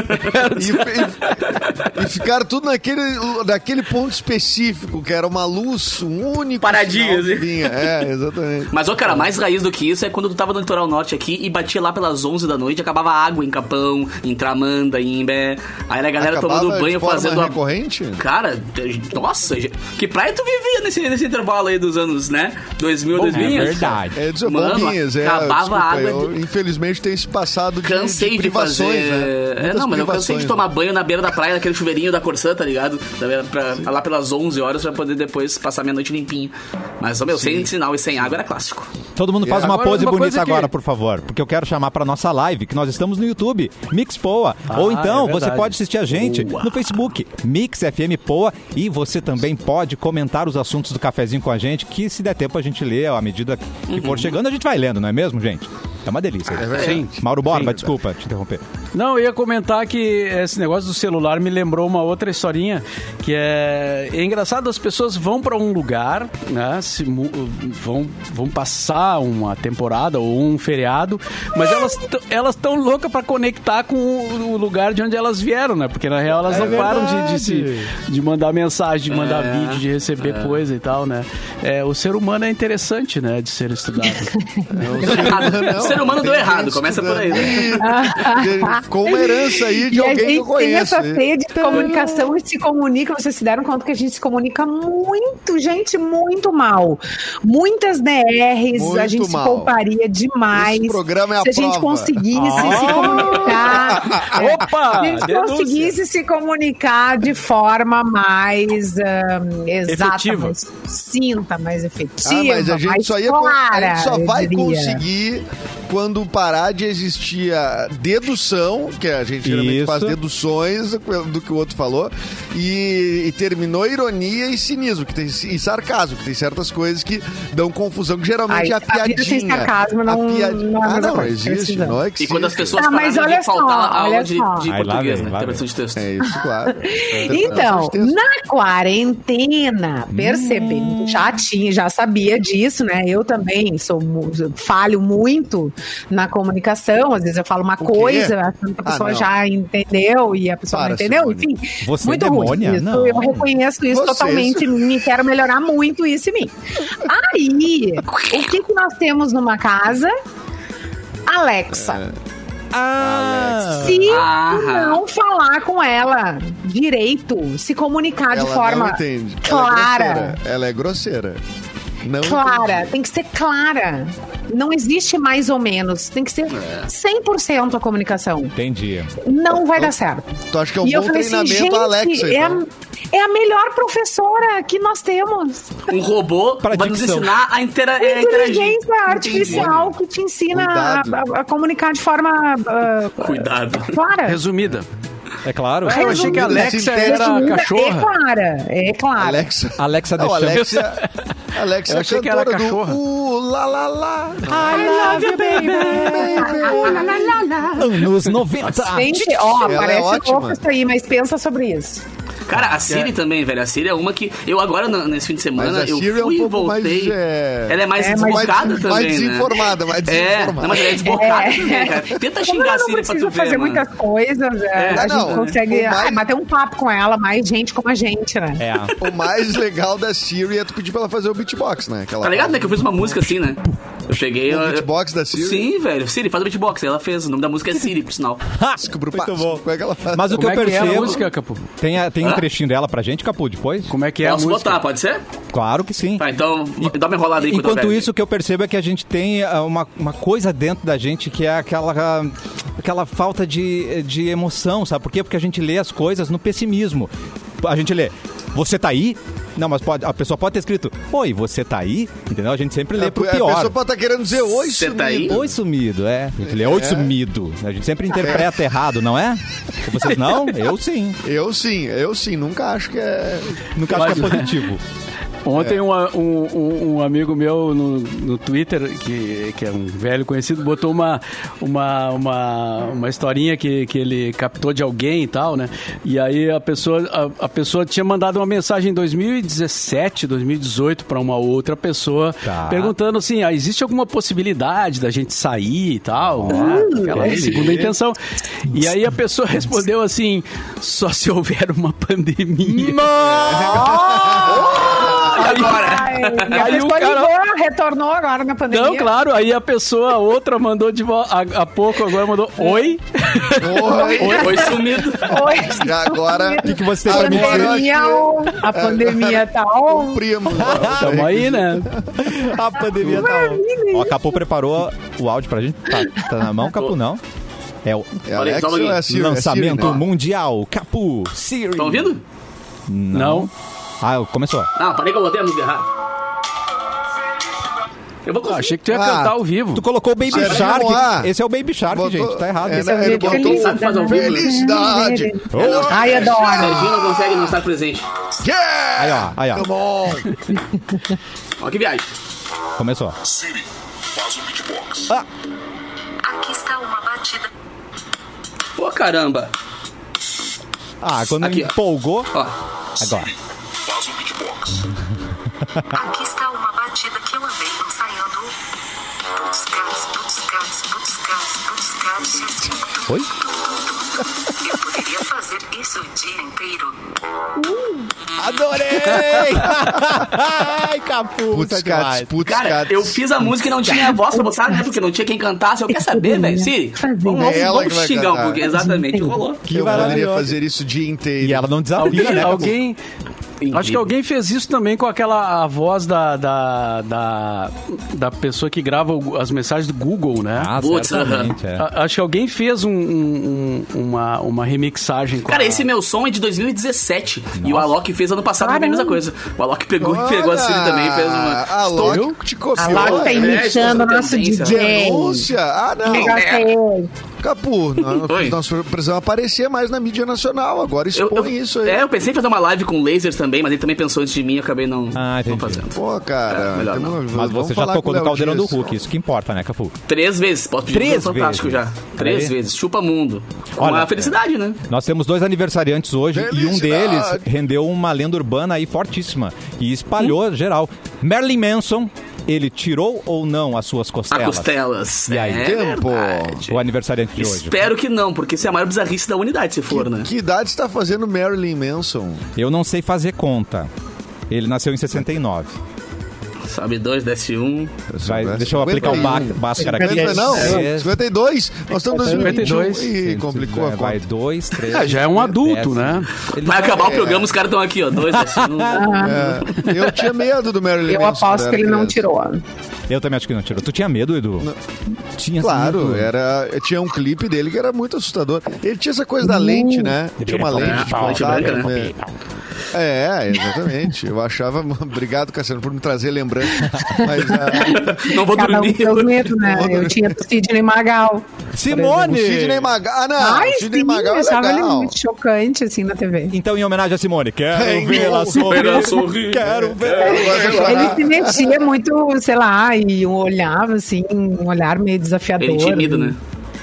Speaker 2: E, e- e ficaram tudo naquele, naquele ponto específico, que era uma luz, um único
Speaker 3: Paradinho,
Speaker 2: sinal que
Speaker 3: assim.
Speaker 2: vinha. É, exatamente.
Speaker 3: Mas, ô, cara, mais raiz do que isso é quando tu tava no litoral norte aqui e batia lá pelas onze da noite, acabava água em Capão, em Tramanda, em Imbé. Aí a galera
Speaker 2: Acabava
Speaker 3: tomando banho,
Speaker 2: de forma
Speaker 3: fazendo a...
Speaker 2: recorrente?
Speaker 3: Cara, nossa, que praia tu vivia nesse, nesse intervalo aí dos anos, né? dois mil, dois mil e
Speaker 1: É
Speaker 3: quinze?
Speaker 1: verdade.
Speaker 2: É, dizer,
Speaker 3: Mano,
Speaker 2: bombinhas, é.
Speaker 3: acabava
Speaker 2: desculpa,
Speaker 3: a água
Speaker 2: eu,
Speaker 3: de-
Speaker 2: infelizmente tem esse passado de,
Speaker 3: Cansei
Speaker 2: de
Speaker 3: de,
Speaker 2: privações,
Speaker 3: fazer.
Speaker 2: né?
Speaker 3: É,
Speaker 2: Muitas
Speaker 3: não, mas eu cansei de
Speaker 2: privações,
Speaker 3: tomar
Speaker 2: né?
Speaker 3: banho na beira da praia, naquele chuveirinho da Corsã, tá ligado? Da- Pra, lá pelas onze horas pra poder depois passar minha noite limpinho. Mas, ó, meu, sem sinal e sem água era clássico.
Speaker 1: Todo mundo faz
Speaker 2: É,
Speaker 1: uma
Speaker 4: agora
Speaker 1: pose
Speaker 4: uma
Speaker 1: bonita
Speaker 4: coisa que-
Speaker 1: agora, por favor. Porque eu quero chamar pra nossa live, que nós estamos no YouTube, Mix Poa.
Speaker 4: Ah,
Speaker 1: Ou então,
Speaker 4: é
Speaker 1: você
Speaker 4: verdade.
Speaker 1: pode assistir a gente
Speaker 4: Boa.
Speaker 1: no Facebook, Mix F M Poa. E você também pode comentar os assuntos do cafezinho com a gente, que se der tempo a gente lê, à medida que for chegando, a gente vai lendo, não é mesmo, gente? É uma delícia.
Speaker 4: Sim.
Speaker 1: Mauro Borba,
Speaker 4: Sim.
Speaker 1: desculpa te interromper.
Speaker 4: Não, eu ia comentar que esse negócio do celular me lembrou uma outra historinha, que é, é engraçado, as pessoas vão pra um lugar, né, se mu- vão, vão passar uma temporada ou um feriado, mas elas t- elas estão loucas pra conectar com o, o lugar de onde elas vieram, né, porque na real elas não param de, de, se, de mandar mensagem, de mandar
Speaker 3: É,
Speaker 4: vídeo, de receber coisa e tal, né. É, o ser humano é interessante, né, de ser estudado.
Speaker 3: O ser humano deu
Speaker 2: Tem
Speaker 3: errado,
Speaker 2: gente
Speaker 3: começa por aí. Né?
Speaker 2: estudando. Ficou uma herança aí de
Speaker 5: E a
Speaker 2: alguém que eu
Speaker 5: gente tem
Speaker 2: conheço.
Speaker 5: essa
Speaker 2: né?
Speaker 5: sede de comunicação e se comunica. Vocês se deram conta que a gente se comunica muito, gente, muito mal. Muitas D Rs,
Speaker 2: Muito
Speaker 5: a gente
Speaker 2: mal.
Speaker 5: se pouparia demais.
Speaker 2: Esse programa é a
Speaker 5: se a gente
Speaker 2: prova.
Speaker 5: conseguisse se comunicar. é,
Speaker 4: Opa!
Speaker 5: Se a gente
Speaker 4: denúncia.
Speaker 5: conseguisse se comunicar de forma mais um, exata,
Speaker 4: Efetiva.
Speaker 5: mais sucinta, mais efetiva,
Speaker 2: Ah, mas a gente
Speaker 5: mais
Speaker 2: só, ia,
Speaker 5: clara,
Speaker 2: a gente só
Speaker 5: eu
Speaker 2: vai
Speaker 5: diria.
Speaker 2: conseguir quando parar de existir a dedução, que a gente geralmente
Speaker 1: Isso.
Speaker 2: faz deduções do que o outro falou, e, e terminou ironia e cinismo, que tem, e sarcasmo, que tem certas coisas que dão confusão, que geralmente
Speaker 5: Ai,
Speaker 2: é a
Speaker 5: a
Speaker 2: piadinha.
Speaker 5: vida sem sarcasmo não-
Speaker 2: a piad...
Speaker 5: não é a
Speaker 2: Ah,
Speaker 5: mesma
Speaker 2: não,
Speaker 5: coisa,
Speaker 2: existe,
Speaker 5: precisamos.
Speaker 2: não é que
Speaker 3: E quando as
Speaker 2: existe.
Speaker 3: pessoas
Speaker 5: Ah, mas
Speaker 3: pararam
Speaker 5: olha
Speaker 3: de faltar
Speaker 5: só,
Speaker 3: a aula
Speaker 5: olha
Speaker 3: de,
Speaker 5: só.
Speaker 3: de
Speaker 1: Aí lá
Speaker 3: português,
Speaker 1: vem,
Speaker 3: né?
Speaker 1: lá
Speaker 3: Interpretação de texto.
Speaker 2: É isso, claro.
Speaker 5: Então,
Speaker 2: Texto.
Speaker 5: na quarentena, percebendo,
Speaker 2: Hum.
Speaker 5: já tinha, já sabia disso, né? Eu também sou mu- falho muito na comunicação. Às vezes eu falo uma
Speaker 2: quê?
Speaker 5: coisa, achando que a
Speaker 2: Ah,
Speaker 5: pessoa
Speaker 2: não.
Speaker 5: já entendeu e a pessoa
Speaker 2: Para,
Speaker 5: não entendeu.
Speaker 2: Simone.
Speaker 5: Enfim,
Speaker 1: Você
Speaker 5: muito
Speaker 1: é
Speaker 5: ruim.
Speaker 1: demônia?
Speaker 5: Isso,
Speaker 1: Não.
Speaker 5: eu reconheço isso
Speaker 2: Vocês.
Speaker 5: totalmente em mim e quero melhorar muito isso em mim. Aí, o que, que nós temos numa casa? Alexa.
Speaker 1: Ah!
Speaker 5: Se tu
Speaker 3: Aham.
Speaker 5: não falar com ela direito, se comunicar de
Speaker 2: Ela
Speaker 5: forma
Speaker 2: não entende.
Speaker 5: clara,
Speaker 2: Ela é grosseira. Ela é grosseira. Não
Speaker 5: clara,
Speaker 2: entendi.
Speaker 5: tem que ser clara. Não existe mais ou menos, tem que ser cem por cento a comunicação.
Speaker 1: Entendi.
Speaker 5: Não vai dar certo.
Speaker 2: Tu acha que é um
Speaker 5: E eu
Speaker 2: bom
Speaker 5: falei assim,
Speaker 2: treinamento
Speaker 5: gente,
Speaker 2: a Alexa,
Speaker 5: é,
Speaker 2: então?
Speaker 5: a, é a melhor professora que nós temos.
Speaker 3: Um robô
Speaker 1: Pra
Speaker 3: vai nos
Speaker 1: dicção.
Speaker 3: ensinar a, intera é, interagir.
Speaker 5: Inteligência artificial que te ensina a,
Speaker 2: Cuidado.
Speaker 5: a- a comunicar de forma ah,
Speaker 3: Cuidado.
Speaker 5: clara.
Speaker 4: Resumida.
Speaker 1: É claro.
Speaker 4: Ah, eu achei que a
Speaker 2: Resumida,
Speaker 4: Alexa
Speaker 2: assim,
Speaker 4: era
Speaker 5: Resumida,
Speaker 4: cachorra.
Speaker 5: É clara, é clara.
Speaker 2: Alexa.
Speaker 1: Alexa
Speaker 2: Não,
Speaker 1: deixando.
Speaker 2: Alexia, Alexa
Speaker 4: Eu
Speaker 2: é
Speaker 4: achei que era
Speaker 2: cantora
Speaker 4: cachorra.
Speaker 2: do uh, lá, lá, lá.
Speaker 5: I love you, baby.
Speaker 1: Anos noventa.
Speaker 5: Gente, ó,
Speaker 2: Ela é
Speaker 5: parece
Speaker 2: ótima.
Speaker 5: louco isso aí, mas pensa sobre isso.
Speaker 3: Cara, a Siri também, velho. A Siri é uma que eu agora, n- nesse fim de semana,
Speaker 2: Mas a
Speaker 3: eu
Speaker 2: Siri é um
Speaker 3: fui e
Speaker 2: pouco mais,
Speaker 3: voltei.
Speaker 2: é,
Speaker 3: Ela é mais
Speaker 5: É, mas-
Speaker 3: desbocada
Speaker 2: mais,
Speaker 3: também,
Speaker 2: mais
Speaker 3: né?
Speaker 2: desinformada, mais
Speaker 3: É,
Speaker 2: desinformada.
Speaker 3: não, mas ela é desbocada
Speaker 5: É.
Speaker 3: também, cara. Tenta
Speaker 5: Como
Speaker 3: xingar
Speaker 5: ela
Speaker 3: a
Speaker 5: não
Speaker 3: Siri pra tu
Speaker 5: precisa
Speaker 3: ver,
Speaker 5: fazer
Speaker 3: mano.
Speaker 5: muitas coisas, é,
Speaker 3: É.
Speaker 5: a
Speaker 2: Ah,
Speaker 5: gente
Speaker 2: não,
Speaker 5: consegue
Speaker 2: o mais-
Speaker 5: ai, bater um papo com ela, mais gente como a gente, né?
Speaker 1: É.
Speaker 2: O mais legal da Siri é tu pedir pra ela fazer o beatbox, né? Que ela
Speaker 3: Tá ligado,
Speaker 2: faz.
Speaker 3: né? Que eu fiz uma música assim, né? Eu cheguei...
Speaker 2: O
Speaker 3: eu-
Speaker 2: beatbox da Siri?
Speaker 3: Sim, velho. Siri, faz o beatbox. Aí ela fez. O nome da música é Siri, por sinal.
Speaker 2: Descobri o
Speaker 1: Muito
Speaker 2: passo.
Speaker 1: bom.
Speaker 2: Como é que ela faz?
Speaker 1: Mas o que
Speaker 4: Como
Speaker 1: eu
Speaker 4: é que é a
Speaker 1: percebo...
Speaker 4: música, Capu?
Speaker 1: Tem, a- tem um
Speaker 3: Hã?
Speaker 1: trechinho dela pra gente, Capu, depois?
Speaker 4: Como é que é
Speaker 3: Posso
Speaker 4: a música?
Speaker 3: botar, pode ser?
Speaker 1: Claro que sim.
Speaker 3: Tá, então dá uma enrolada aí.
Speaker 1: Enquanto isso, o que eu percebo é que a gente tem uh, uma, uma coisa dentro da gente que é aquela, uh, aquela falta de, de emoção, sabe por quê? Porque a gente lê as coisas no pessimismo. A gente lê, você tá aí? Não, mas pode, a pessoa pode ter escrito, oi, você tá aí? Entendeu? A gente sempre lê pro pior.
Speaker 2: A pessoa pode estar tá querendo dizer, oi,
Speaker 3: você
Speaker 2: sumido.
Speaker 3: Tá aí?
Speaker 1: Oi, sumido, é. A gente lê, oi,
Speaker 2: É.
Speaker 1: sumido. A gente sempre interpreta errado, não é? Vocês não? Eu sim.
Speaker 2: Eu sim, eu sim, nunca acho que é...
Speaker 1: Nunca acho que é positivo.
Speaker 4: Ontem um, um, um amigo meu no, no Twitter, que, que é um velho conhecido, botou uma, uma, uma, uma historinha que, que ele captou de alguém e tal, né? E aí a pessoa, a, a pessoa tinha mandado uma mensagem em dois mil e dezessete, dois mil e dezoito para uma outra pessoa,
Speaker 1: Tá.
Speaker 4: perguntando assim, ah, existe alguma possibilidade da gente sair e tal? Né? Aquela
Speaker 1: beleza.
Speaker 4: segunda intenção. E aí a pessoa respondeu assim, só se houver uma pandemia. Aí,
Speaker 5: Ai, e a
Speaker 4: aí o
Speaker 5: pessoa
Speaker 4: cara...
Speaker 5: ligou, retornou agora na pandemia.
Speaker 4: Não, claro, aí a pessoa, a outra mandou de volta, há pouco agora mandou oi.
Speaker 2: Oi.
Speaker 3: Oi, oi, sumido.
Speaker 5: Oi.
Speaker 2: E agora...
Speaker 1: O que, que você
Speaker 5: A
Speaker 1: tem pra me dizer?
Speaker 5: pandemia, on. A pandemia tá on.
Speaker 2: Primo.
Speaker 4: Tamo aí, né?
Speaker 1: A pandemia tá on. Ó, a Capu preparou o áudio pra gente. Tá, tá na mão, Capu, não? É o
Speaker 2: É Alex ou é Siri?
Speaker 1: lançamento
Speaker 2: É Siri, né?
Speaker 1: mundial. Capu, Siri.
Speaker 3: Estão ouvindo?
Speaker 4: Não.
Speaker 1: Ah, começou.
Speaker 3: Não, parei que eu botei a música errada. Eu vou
Speaker 4: Ah,
Speaker 3: conseguir.
Speaker 4: achei que tu ia
Speaker 2: Ah.
Speaker 4: cantar ao vivo.
Speaker 1: Tu colocou o Baby
Speaker 2: Sério?
Speaker 1: Shark.
Speaker 2: Ah.
Speaker 1: Esse é o Baby Shark,
Speaker 2: Botou-
Speaker 1: gente. Tá errado.
Speaker 2: É,
Speaker 1: Esse
Speaker 2: né?
Speaker 1: é o
Speaker 2: Ele
Speaker 1: Baby-
Speaker 2: botou
Speaker 3: Sabe fazer um vídeo?
Speaker 2: felicidade.
Speaker 1: Oh.
Speaker 5: Ai, adoro.
Speaker 3: Serginho não consegue não estar presente.
Speaker 2: Yeah!
Speaker 1: Aí, ó. Aí, ó.
Speaker 2: Come on.
Speaker 3: Ó, que viagem.
Speaker 1: Começou.
Speaker 6: Siri, faz um beatbox.
Speaker 1: Ah.
Speaker 7: Aqui está uma batida.
Speaker 3: Pô, caramba.
Speaker 1: Ah, quando
Speaker 3: Aqui, ó.
Speaker 1: empolgou.
Speaker 3: Ó,
Speaker 1: Agora.
Speaker 6: Faz um beatbox.
Speaker 7: Aqui está uma batida que eu andei ensaiando. Putz, cats, putz, cats, putz, cats, putz, cats, assim.
Speaker 1: Oi?
Speaker 7: Eu poderia fazer isso o dia inteiro.
Speaker 1: Adorei! Ai, Capu.
Speaker 2: Putz,
Speaker 1: tá
Speaker 2: cats,
Speaker 1: demais.
Speaker 2: putz,
Speaker 3: cara,
Speaker 2: cats.
Speaker 3: eu fiz a música e não tinha voz pra botar, né? Porque não tinha quem cantasse. Eu quero saber, velho. Siri, vamos, vamos,
Speaker 2: Ela que
Speaker 3: vamos
Speaker 2: vai
Speaker 3: xingar um
Speaker 2: cantar.
Speaker 3: pouquinho. Exatamente, rolou.
Speaker 1: Que
Speaker 2: Eu poderia
Speaker 1: maravilhoso.
Speaker 2: fazer isso o dia inteiro.
Speaker 1: E ela não desafia,
Speaker 4: Alguém,
Speaker 1: né, Capu?
Speaker 4: alguém acho que alguém fez isso também com aquela a voz da, da, da, da pessoa que grava o- as mensagens do Google, né?
Speaker 1: Ah,
Speaker 3: Putz,
Speaker 1: certamente, é.
Speaker 4: A- Acho que alguém fez um, um- um- uma, uma remixagem com
Speaker 3: Cara,
Speaker 4: a...
Speaker 3: esse meu som é de dois mil e dezessete. E o Alok fez ano passado a mesma coisa. O Alok pegou e pegou a Siri também e fez uma.
Speaker 2: A Loki te copiou.
Speaker 5: A Loki tá
Speaker 3: É,
Speaker 5: imitando o
Speaker 3: estou
Speaker 5: nosso
Speaker 3: tendência.
Speaker 5: D J.
Speaker 2: Denúncia? Ah, não.
Speaker 5: Que gostei.
Speaker 2: Capu, nós,
Speaker 3: Oi.
Speaker 2: nós precisamos aparecer mais na mídia nacional. Agora
Speaker 3: Eu,
Speaker 2: expõe
Speaker 3: eu-
Speaker 2: isso aí.
Speaker 3: É, eu pensei em fazer uma live com lasers também, mas ele também pensou antes de mim e acabei não,
Speaker 1: Ah, entendi.
Speaker 3: não fazendo.
Speaker 2: Pô, cara.
Speaker 3: É, melhor
Speaker 2: então,
Speaker 3: não.
Speaker 1: Mas
Speaker 2: vamos
Speaker 1: você já
Speaker 2: falar
Speaker 1: tocou
Speaker 2: com o
Speaker 1: no
Speaker 2: Léo
Speaker 1: Caldeirão do
Speaker 2: Dias.
Speaker 1: Hulk, isso que importa, né, Capu?
Speaker 3: Três vezes, posso pedir
Speaker 1: Três
Speaker 3: um fantástico
Speaker 1: vezes?
Speaker 3: já. Três
Speaker 1: Aí.
Speaker 3: vezes. Chupa mundo.
Speaker 1: Olha,
Speaker 3: Uma felicidade, né?
Speaker 1: Nós temos dois aniversariantes hoje e um
Speaker 2: Felicidade.
Speaker 1: deles rendeu uma lenda urbana aí fortíssima e espalhou geral. Marilyn Manson, ele tirou ou não as suas
Speaker 3: A
Speaker 1: costelas?
Speaker 3: costelas.
Speaker 1: E aí?
Speaker 3: É
Speaker 2: Tempo.
Speaker 3: verdade.
Speaker 1: O aniversariante de hoje.
Speaker 3: Espero que não, porque isso é a maior bizarrice da unidade, se for, né?
Speaker 2: Que idade está fazendo Marilyn Manson?
Speaker 1: Eu não sei fazer conta. Ele nasceu em sessenta e nove.
Speaker 3: Sobe dois, desce um.
Speaker 1: Vai, deixa eu aplicar o ba- Bhaskara aqui.
Speaker 2: cinquenta, não,
Speaker 1: É,
Speaker 2: cinquenta e dois. Nós estamos em dois mil e vinte e um.
Speaker 4: cinquenta e
Speaker 2: Ih, complicou a
Speaker 1: Vai
Speaker 2: conta.
Speaker 1: dois, três.
Speaker 4: É, já é um adulto, né?
Speaker 1: Ele
Speaker 3: Vai
Speaker 1: já-
Speaker 3: acabar o
Speaker 2: é.
Speaker 3: programa, os caras estão aqui, ó. Dois, desce um.
Speaker 2: É, eu tinha medo do Marilyn
Speaker 5: Eu
Speaker 2: Manson.
Speaker 5: aposto
Speaker 2: quando
Speaker 5: que ele
Speaker 2: era
Speaker 5: não
Speaker 2: criança.
Speaker 5: tirou.
Speaker 1: Eu também acho que não tirou. Tu tinha medo, Edu? Tinha
Speaker 2: Claro,
Speaker 1: muito.
Speaker 2: era, tinha um clipe dele que era muito assustador. Ele tinha essa coisa da lente, né? Tinha uma lente de
Speaker 3: É, lente
Speaker 2: contato,
Speaker 3: branca,
Speaker 2: né? É, exatamente. Eu achava... Obrigado, Cassiano, por me trazer lembrança. Mas, ah,
Speaker 3: Não vou
Speaker 5: Cada um com
Speaker 3: dormir.
Speaker 5: seus medos, né? Eu tinha o Sidney Magal.
Speaker 2: o
Speaker 1: Simone!
Speaker 2: Sidney Magal... Ah, não!
Speaker 5: Ai,
Speaker 2: o Sidney
Speaker 5: sim,
Speaker 2: Magal
Speaker 5: eu
Speaker 2: é
Speaker 5: achava ele
Speaker 2: legal.
Speaker 5: muito chocante, assim, na T V.
Speaker 1: Então, em homenagem a Simone, quero
Speaker 2: Hey,
Speaker 1: vê-la
Speaker 2: no,
Speaker 1: sorrir.
Speaker 3: vê-la sorrir.
Speaker 1: Quero
Speaker 2: Eu
Speaker 1: ver.
Speaker 2: gosto de
Speaker 5: Ele
Speaker 2: chorar.
Speaker 5: se metia muito, sei lá, e olhava, assim, um olhar meio desafiador.
Speaker 3: Ele intimida, né?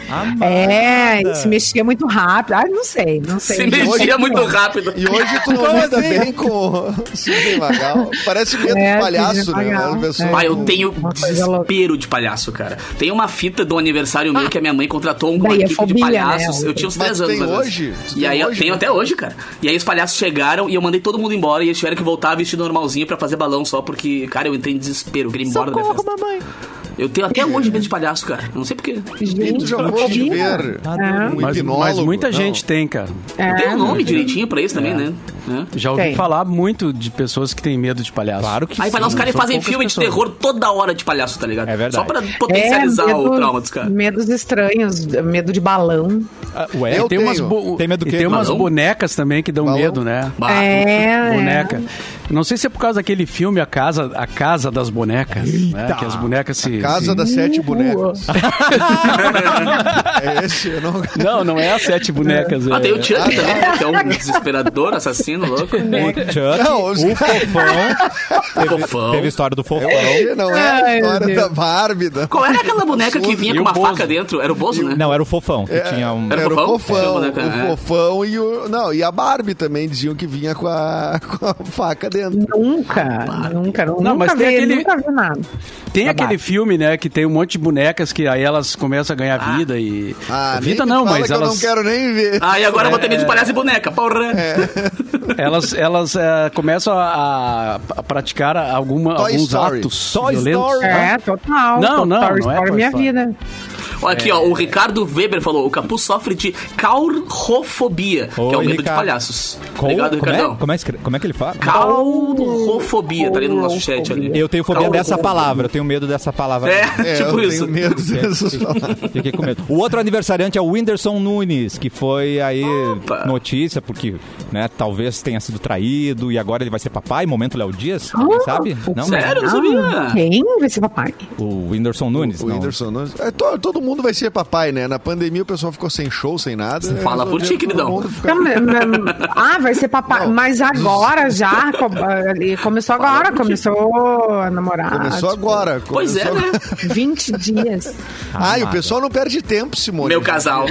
Speaker 5: É, e se mexia muito rápido. Ah, não sei, não sei.
Speaker 3: Se mexia muito rápido.
Speaker 2: E hoje tu não
Speaker 1: Como
Speaker 2: lida
Speaker 1: assim?
Speaker 2: bem com o Sidney Magal. Parece medo
Speaker 5: É,
Speaker 2: de palhaço,
Speaker 5: Sidney
Speaker 2: né?
Speaker 5: Magal.
Speaker 2: As pessoas-
Speaker 3: Ah, eu
Speaker 5: É,
Speaker 3: tenho
Speaker 5: uma coisa louca.
Speaker 3: desespero de palhaço, cara. Tem uma fita do aniversário meu que a minha mãe contratou uma
Speaker 5: Daí é
Speaker 3: equipe de
Speaker 5: fobia,
Speaker 3: palhaços.
Speaker 5: né?
Speaker 3: Eu tinha uns
Speaker 2: Mas
Speaker 3: três
Speaker 2: tu
Speaker 3: anos.
Speaker 2: tem
Speaker 3: mais ou menos.
Speaker 2: hoje? Tu
Speaker 3: E
Speaker 2: tem
Speaker 3: aí eu
Speaker 2: hoje,
Speaker 3: tenho
Speaker 2: né?
Speaker 3: até hoje, cara. E aí os palhaços chegaram e eu mandei todo mundo embora e eles tiveram que voltar vestido normalzinho pra fazer balão só, porque, cara, eu entrei em desespero, eu queria ir embora da minha festa.
Speaker 1: mamãe.
Speaker 3: Eu tenho até hoje medo de palhaço, cara. Não sei porquê.
Speaker 2: E tu já foste ver
Speaker 5: É.
Speaker 2: um
Speaker 4: Mas,
Speaker 2: hipnólogo?
Speaker 4: mas muita
Speaker 2: Não.
Speaker 4: gente tem, cara.
Speaker 5: É.
Speaker 3: Tem um nome direitinho pra isso também, né? né?
Speaker 4: Já ouvi
Speaker 5: Tem.
Speaker 4: falar muito de pessoas que têm medo de palhaço.
Speaker 1: Claro que
Speaker 3: Aí vai lá, os
Speaker 1: sim.
Speaker 3: caras
Speaker 4: são
Speaker 3: fazem
Speaker 4: poucas
Speaker 3: filme de
Speaker 4: pessoas.
Speaker 3: terror toda hora de palhaço, tá ligado?
Speaker 1: É verdade.
Speaker 3: Só pra potencializar
Speaker 5: É,
Speaker 3: o
Speaker 5: medos-
Speaker 3: trauma dos caras.
Speaker 5: Medos estranhos, medo de balão.
Speaker 1: Ah, ué,
Speaker 2: Eu
Speaker 4: Tem, umas
Speaker 2: tenho.
Speaker 4: bo-
Speaker 1: Tem medo do
Speaker 4: e
Speaker 1: quê?
Speaker 4: tem umas
Speaker 3: Balão?
Speaker 4: bonecas também que dão
Speaker 2: Balão?
Speaker 4: medo, né?
Speaker 3: Bah.
Speaker 5: É.
Speaker 4: Boneca. Não sei se é por causa daquele filme A Casa, a casa das Bonecas, né? Que as bonecas se...
Speaker 2: Casa
Speaker 4: se-
Speaker 2: das Sete Bonecas. É esse? Eu não...
Speaker 4: Não, não é as sete bonecas.
Speaker 3: Ah,
Speaker 4: é-
Speaker 3: tem o Chuck também, né? Que é um desesperador, assassino, louco.
Speaker 1: O Chuck,
Speaker 2: Não, os
Speaker 1: o Fofão. Teve,
Speaker 3: Fofão.
Speaker 1: teve a história do Fofão.
Speaker 2: É, não é a
Speaker 5: Ai, meu
Speaker 2: história
Speaker 5: Deus.
Speaker 2: da Barbie. Da...
Speaker 3: Qual era aquela boneca que vinha
Speaker 4: E
Speaker 3: com
Speaker 4: o
Speaker 3: uma
Speaker 4: Bozo?
Speaker 3: faca dentro? Era o Bozo, né?
Speaker 1: Não, era o Fofão, que tinha um...
Speaker 3: Era
Speaker 2: Era o
Speaker 3: Fofão?
Speaker 2: Fofão,
Speaker 3: Era
Speaker 2: o
Speaker 3: boneca, é.
Speaker 2: Fofão e o... Não, e a Barbie também diziam que vinha com a, com a faca dentro.
Speaker 5: Nunca, nunca,
Speaker 4: Não,
Speaker 5: nunca
Speaker 4: mas
Speaker 5: vi,
Speaker 4: tem aquele-
Speaker 5: nunca vi nada.
Speaker 4: Tem
Speaker 5: Da
Speaker 4: aquele
Speaker 5: Barbie.
Speaker 4: filme, né, que tem um monte de bonecas que aí elas começam a ganhar vida e...
Speaker 2: Ah,
Speaker 4: vida
Speaker 2: nem me
Speaker 4: não,
Speaker 2: fala
Speaker 4: mas
Speaker 2: que
Speaker 4: elas...
Speaker 2: eu não quero nem ver.
Speaker 3: Ah, e agora eu vou ter medo de palhaço e boneca, porra.
Speaker 4: Elas, elas é, começam a, a praticar alguma,
Speaker 2: Toy
Speaker 4: alguns
Speaker 2: Story.
Speaker 4: atos
Speaker 1: Toy
Speaker 4: violentos.
Speaker 1: Story.
Speaker 5: É, total.
Speaker 4: Não, não,
Speaker 5: Toy
Speaker 4: não é
Speaker 5: Story
Speaker 4: Toy
Speaker 5: minha
Speaker 4: Story.
Speaker 5: vida.
Speaker 3: Olha aqui, ó, o Ricardo Weber falou, o Capu sofre de caurrofobia, que é o
Speaker 1: Oi,
Speaker 3: medo de
Speaker 1: Ricardo.
Speaker 3: palhaços.
Speaker 1: Co-
Speaker 3: Obrigado,
Speaker 1: como, é?
Speaker 3: Ricardão.
Speaker 1: Como, é, escre- como é que ele fala?
Speaker 3: Caurrofobia, tá ali no nosso chat ali.
Speaker 1: Eu tenho fobia dessa
Speaker 3: Caurrofobia.
Speaker 1: palavra, eu tenho medo dessa palavra.
Speaker 3: É,
Speaker 2: É,
Speaker 3: tipo
Speaker 2: eu
Speaker 3: isso.
Speaker 2: tenho medo dessas palavras.
Speaker 1: Fiquei com medo. O outro aniversariante é o Whindersson Nunes, que foi aí
Speaker 3: Opa.
Speaker 1: notícia, porque, né, talvez tenha sido traído e agora ele vai ser papai, momento Léo Dias, alguém sabe? Não,
Speaker 3: Sério? Não
Speaker 5: Ah,
Speaker 3: sabia.
Speaker 5: quem vai ser papai?
Speaker 1: o Whindersson Nunes,
Speaker 2: O
Speaker 1: não.
Speaker 2: Whindersson Nunes. É, to- todo mundo vai ser papai, né? Na pandemia o pessoal ficou sem show, sem nada.
Speaker 3: Fala por ti,
Speaker 2: Resolveram todo
Speaker 3: queridão.
Speaker 2: mundo ficar-
Speaker 5: Não, mas- mas- ah, vai ser papai.
Speaker 2: Não.
Speaker 5: Mas agora já. co- ali, Começou agora, começou a namorar.
Speaker 2: Começou
Speaker 5: tipo,
Speaker 2: agora.
Speaker 3: Pois é,
Speaker 2: começou-
Speaker 3: né?
Speaker 5: vinte dias.
Speaker 2: Ah, e o pessoal não perde tempo, Simone.
Speaker 3: Meu casal.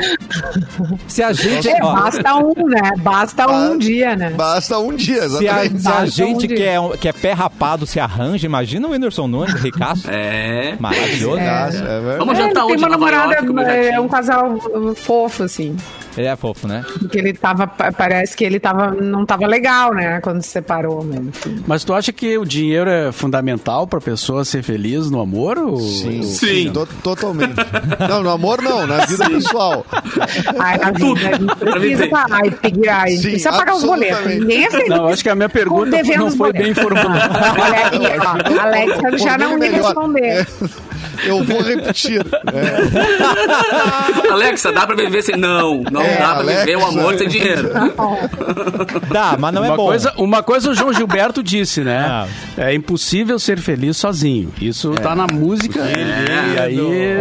Speaker 1: Se a gente,
Speaker 5: É,
Speaker 1: ó,
Speaker 5: basta um, né? Basta
Speaker 2: Ba-
Speaker 5: um dia, né?
Speaker 2: Basta um dia,
Speaker 1: se a,
Speaker 2: exatamente.
Speaker 1: se a
Speaker 5: Basta
Speaker 1: gente
Speaker 5: um dia.
Speaker 1: que é, que é pé rapado se arranja, imagina o Whindersson Nunes, ricaço,
Speaker 3: É.
Speaker 1: maravilhoso.
Speaker 2: É, é verdade.
Speaker 3: Vamos
Speaker 5: É, ele
Speaker 3: jantar
Speaker 5: tem
Speaker 3: hoje
Speaker 5: uma
Speaker 3: em Nova
Speaker 5: namorada,
Speaker 3: York, como eu já
Speaker 5: é
Speaker 3: tinha.
Speaker 5: um casal uh, fofo, assim.
Speaker 1: Ele é fofo, né?
Speaker 5: Porque ele tava. pa- Parece que ele tava, não tava legal, né? Quando se separou, né? Enfim.
Speaker 4: Mas tu acha que o dinheiro é fundamental pra pessoa ser feliz no amor? Ou...
Speaker 2: Sim,
Speaker 3: Sim.
Speaker 2: to- totalmente. Não, no amor não, na vida pessoal.
Speaker 5: Ai, na vida, a gente precisa
Speaker 3: viver.
Speaker 5: pagar. Ai, pedir, ai,
Speaker 2: Sim,
Speaker 5: precisa pagar os boletos.
Speaker 2: absolutamente.
Speaker 5: Ninguém é feliz.
Speaker 4: Não, acho que a minha pergunta
Speaker 5: devendo
Speaker 4: não
Speaker 5: os
Speaker 4: foi
Speaker 5: boletos.
Speaker 4: bem formulada.
Speaker 5: Olha aqui, ó. A Alexa já não me
Speaker 2: Melhor.
Speaker 5: responder.
Speaker 2: É, eu vou repetir. É,
Speaker 3: Alexa, dá pra viver sem... Não, não
Speaker 2: É,
Speaker 3: dá pra
Speaker 2: Alexa.
Speaker 3: viver o amor sem dinheiro.
Speaker 1: Dá, mas não é
Speaker 4: Uma
Speaker 1: bom.
Speaker 4: coisa, uma coisa o João Gilberto disse, né?
Speaker 1: Ah.
Speaker 4: É impossível ser feliz sozinho. Isso tá na música dele. E aí...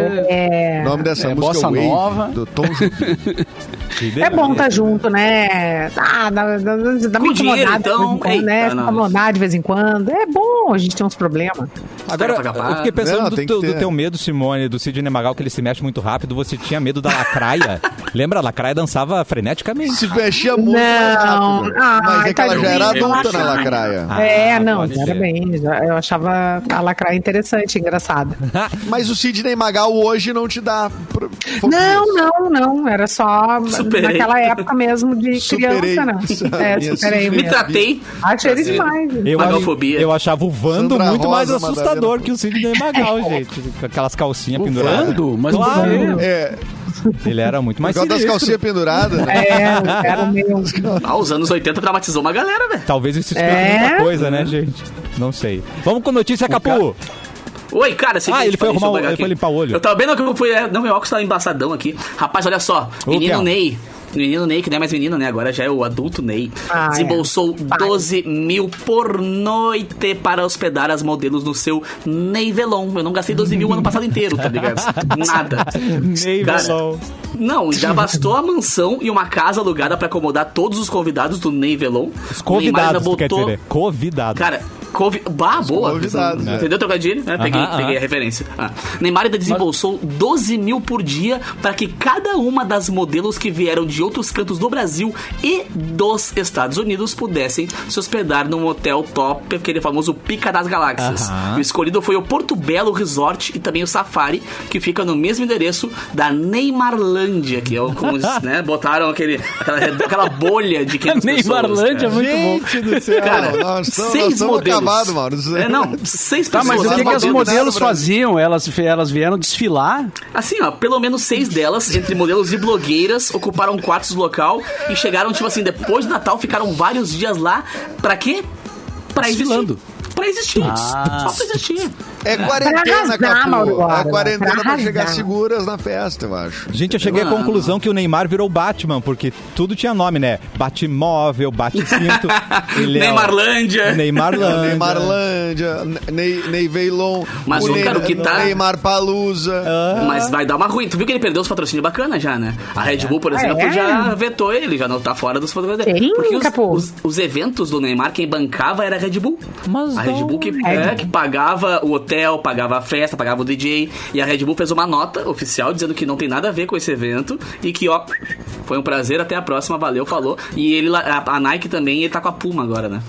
Speaker 5: É,
Speaker 2: o nome dessa
Speaker 4: É,
Speaker 2: música
Speaker 4: bossa
Speaker 2: é Wave,
Speaker 4: nova.
Speaker 2: do Tom Jobim.
Speaker 5: é bom estar junto, né? Ah, dá, dá, dá
Speaker 3: Com
Speaker 5: uma
Speaker 3: dinheiro,
Speaker 5: incomodada de vez
Speaker 3: então,
Speaker 5: em quando,
Speaker 3: eita,
Speaker 5: né? Fica
Speaker 3: não.
Speaker 5: incomodar de vez em quando. É bom, a gente tem uns problemas.
Speaker 1: Agora,
Speaker 3: Espera pra
Speaker 1: eu fiquei
Speaker 3: acabar.
Speaker 1: pensando
Speaker 2: Não,
Speaker 1: do,
Speaker 2: tem que
Speaker 1: teu, do
Speaker 2: ter.
Speaker 1: teu medo, Simone, do Sidney Magal, que ele se mexe muito rápido. Você tinha medo da lacraia. Lembra? A lacraia dançava freneticamente.
Speaker 2: Se mexia muito mais
Speaker 5: Não.
Speaker 2: rápido.
Speaker 5: Ai,
Speaker 2: Mas é que ela já era
Speaker 5: tadinho,
Speaker 2: adulta na
Speaker 5: relaxa.
Speaker 2: lacraia.
Speaker 1: Ah,
Speaker 5: é, não,
Speaker 1: pode
Speaker 5: era
Speaker 1: ser.
Speaker 5: bem. já- Eu achava a lacraia interessante, engraçada.
Speaker 2: Mas o Sidney Magal hoje não te dá... pro-
Speaker 5: Não, não, não. Era só
Speaker 3: Superei.
Speaker 5: naquela época mesmo de
Speaker 2: Superei.
Speaker 5: criança, né? É,
Speaker 2: Minha
Speaker 5: superei
Speaker 3: Me
Speaker 5: mesmo.
Speaker 3: tratei.
Speaker 5: Acho ele
Speaker 3: Prazer.
Speaker 5: demais.
Speaker 1: Eu, ach-
Speaker 3: Magalfobia.
Speaker 1: eu achava o Vando
Speaker 2: Sandra
Speaker 1: muito mais
Speaker 2: Rosa,
Speaker 1: assustador
Speaker 2: Madalena.
Speaker 1: que o Sidney Magal, gente. Com aquelas calcinhas
Speaker 4: O
Speaker 1: penduradas.
Speaker 4: Vando? Mas por
Speaker 1: claro.
Speaker 4: quê?
Speaker 2: É,
Speaker 1: Ele era muito
Speaker 2: por
Speaker 1: mais
Speaker 2: causa das
Speaker 1: sinistro.
Speaker 2: calcinhas penduradas, né?
Speaker 5: É, era meio.
Speaker 3: Ah, os anos oitenta traumatizou uma galera, velho.
Speaker 1: Talvez isso explique
Speaker 5: É?
Speaker 1: muita coisa, né, gente? Não sei. Vamos com notícia, Capu.
Speaker 3: Oi, cara, seguinte,
Speaker 1: Ah, ele foi
Speaker 3: deixa eu
Speaker 1: arrumar o-
Speaker 3: pegar
Speaker 1: ele
Speaker 3: aqui.
Speaker 1: foi limpar o olho.
Speaker 3: Eu tava vendo que eu fui. é, Não, meu óculos tava embaçadão aqui. Rapaz, olha só.
Speaker 1: O
Speaker 3: Menino
Speaker 1: que é?
Speaker 3: Ney. Menino Ney, que não é mais menino, né? Agora já é o adulto Ney.
Speaker 5: Ah,
Speaker 3: desembolsou
Speaker 5: é. Pai.
Speaker 3: doze mil por noite para hospedar as modelos no seu Ney Velon. Eu não gastei doze mil o ano passado inteiro, tá ligado? Nada.
Speaker 1: Ney
Speaker 3: Cara,
Speaker 1: Velon.
Speaker 3: Não, já bastou a mansão e uma casa alugada pra acomodar todos os convidados do Ney Velon.
Speaker 1: Os
Speaker 3: O Neymar ainda
Speaker 1: convidados, tu quer
Speaker 3: botou-
Speaker 1: dizer, né? Convidados.
Speaker 3: Cara, convi... bah, boa.
Speaker 2: convidados, é.
Speaker 3: Entendeu o trocadilho? É, peguei,
Speaker 1: Aham,
Speaker 3: peguei
Speaker 1: aham.
Speaker 3: a referência. Ah. Neymar ainda desembolsou doze mil por dia para que cada uma das modelos que vieram de outros cantos do Brasil e dos Estados Unidos pudessem se hospedar num hotel top, aquele famoso Pica das Galáxias.
Speaker 1: Aham.
Speaker 3: O escolhido foi o Porto Belo Resort e também o Safari, que fica no mesmo endereço da Neymarlândia, que é o, como eles, né, botaram aquele, aquela, aquela bolha de quinhentas pessoas.
Speaker 4: Neymarlândia é muito bom.
Speaker 2: Gente do céu,
Speaker 3: Cara,
Speaker 2: nós estamos,
Speaker 3: seis
Speaker 2: nós estamos
Speaker 3: modelos.
Speaker 2: gravado, Mauro.
Speaker 3: É, não, seis
Speaker 4: Tá,
Speaker 3: pessoas.
Speaker 4: mas o que, que as
Speaker 2: Rodando
Speaker 4: modelos
Speaker 2: nada,
Speaker 4: faziam? Elas, elas vieram desfilar?
Speaker 3: Assim, ó, pelo menos seis delas, entre modelos e blogueiras, ocuparam quartos do local e chegaram, tipo assim, depois do Natal, ficaram vários dias lá. Pra quê? Pra
Speaker 4: Desfilando.
Speaker 3: existir. Pra existir.
Speaker 4: Ah.
Speaker 3: Só pra existir.
Speaker 2: É quarentena,
Speaker 5: Pra arrasar, Mauro
Speaker 2: Capu. É
Speaker 5: Borba,
Speaker 2: quarentena
Speaker 5: pra
Speaker 2: pra chegar
Speaker 5: arrasar.
Speaker 2: seguras na festa, eu acho.
Speaker 1: Gente, eu cheguei à
Speaker 3: Mano.
Speaker 1: conclusão que o Neymar virou Batman, porque tudo tinha nome, né? Batimóvel, Bate-cinto. ele é o-
Speaker 3: Neymarlândia.
Speaker 1: Neymarlândia.
Speaker 2: Neymarlândia, Ney, Ney Veilon,
Speaker 3: Mas o
Speaker 2: Ney-
Speaker 3: cara, o que tá-
Speaker 2: Neymar Palusa.
Speaker 3: Mas vai dar uma ruim. Tu viu que ele perdeu os patrocínios bacana já, né? A Red Bull, por
Speaker 5: Ah,
Speaker 3: exemplo,
Speaker 5: é?
Speaker 3: já vetou ele, já não tá fora dos patrocínios.
Speaker 5: Sim,
Speaker 3: Porque os,
Speaker 5: Capu.
Speaker 3: os, os eventos do Neymar, quem bancava era a Red Bull.
Speaker 1: Mas
Speaker 3: a Red
Speaker 1: não-
Speaker 3: Bull que,
Speaker 5: Red
Speaker 3: é,
Speaker 5: Bull.
Speaker 3: que pagava o hotel, pagava a festa, pagava o D J. E a Red Bull fez uma nota oficial dizendo que não tem nada a ver com esse evento e que, ó, foi um prazer, até a próxima, valeu, falou. E ele, a, a Nike também, ele tá com a Puma agora, né?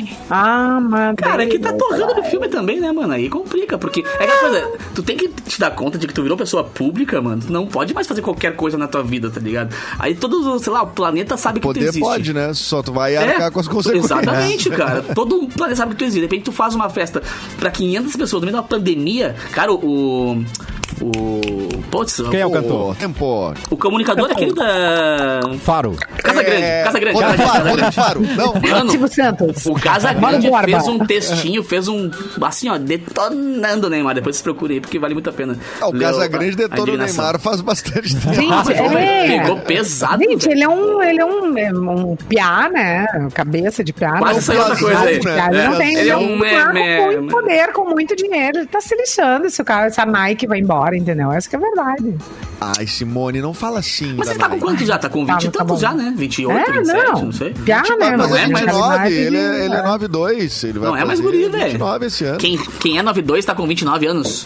Speaker 5: Ah, mano.
Speaker 3: Cara, é que tá torrando no filme também, né, mano? Aí complica, porque é aquela coisa, tu tem que te dar conta de que tu virou pessoa pública, mano. Tu não pode mais fazer qualquer coisa na tua vida, tá ligado? Aí todo, sei lá, o planeta sabe que tu
Speaker 2: Poder
Speaker 3: existe.
Speaker 2: pode, né? Só tu vai arcar com as consequências.
Speaker 3: Exatamente, cara. Todo o planeta sabe que tu existe. De repente tu faz uma festa pra quinhentas pessoas no meio da pandemia. Cara, o... O... Putz,
Speaker 1: Quem é o
Speaker 2: Pô,
Speaker 1: cantor?
Speaker 2: tempo.
Speaker 3: O comunicador é aquele da...
Speaker 1: Faro.
Speaker 3: Casa Grande,
Speaker 2: É,
Speaker 3: Casa Grande.
Speaker 2: Rodrigo
Speaker 3: Casa
Speaker 2: Faro,
Speaker 3: Grande.
Speaker 2: Rodrigo Faro. Não,
Speaker 3: Mano,
Speaker 5: Silvio Santos.
Speaker 3: o Casa
Speaker 5: Mauro
Speaker 3: Grande
Speaker 5: Borba.
Speaker 3: fez um textinho, fez um, assim, ó, detonando o Neymar. Depois vocês procurem aí, porque vale muito a pena.
Speaker 2: ah, o
Speaker 3: ler
Speaker 2: Casa
Speaker 3: a-
Speaker 2: Grande
Speaker 3: a
Speaker 2: detona o
Speaker 3: indignação.
Speaker 2: Neymar faz bastante tempo.
Speaker 5: Gente, é.
Speaker 3: Pegou pesado.
Speaker 5: Gente,
Speaker 3: velho.
Speaker 5: ele é um, ele é um, é um piá, né? Cabeça de piá.
Speaker 3: Quase
Speaker 5: não,
Speaker 3: saiu outra coisa aí.
Speaker 5: piá, Ele não
Speaker 3: É.
Speaker 5: tem,
Speaker 3: Ele
Speaker 5: ele
Speaker 3: é
Speaker 5: é
Speaker 3: um
Speaker 5: um cara
Speaker 3: me-
Speaker 5: com
Speaker 3: me-
Speaker 5: muito poder, com muito dinheiro. Ele tá se lixando se o cara, se a Nike vai embora, entendeu? Essa que é a verdade.
Speaker 2: Ai, Simone, não fala assim.
Speaker 3: Mas
Speaker 2: da
Speaker 3: ele tá com
Speaker 2: Nike.
Speaker 3: quantos já? Tá com vinte e
Speaker 5: Tá, tá
Speaker 3: tantos
Speaker 5: bom.
Speaker 3: já, né? vinte e oito,
Speaker 5: É,
Speaker 3: vinte e sete,
Speaker 5: não.
Speaker 3: não sei.
Speaker 5: Piá, né?
Speaker 2: Vai
Speaker 5: Não
Speaker 2: fazer
Speaker 3: é mais
Speaker 2: vinte e nove,
Speaker 5: verdade,
Speaker 2: ele é, ele é
Speaker 5: é.
Speaker 2: nove dois. Ele vai
Speaker 3: Não é mais
Speaker 2: fazer
Speaker 3: guri, velho.
Speaker 2: vinte e nove esse ano.
Speaker 3: Quem, quem é nove dois tá com vinte e nove anos.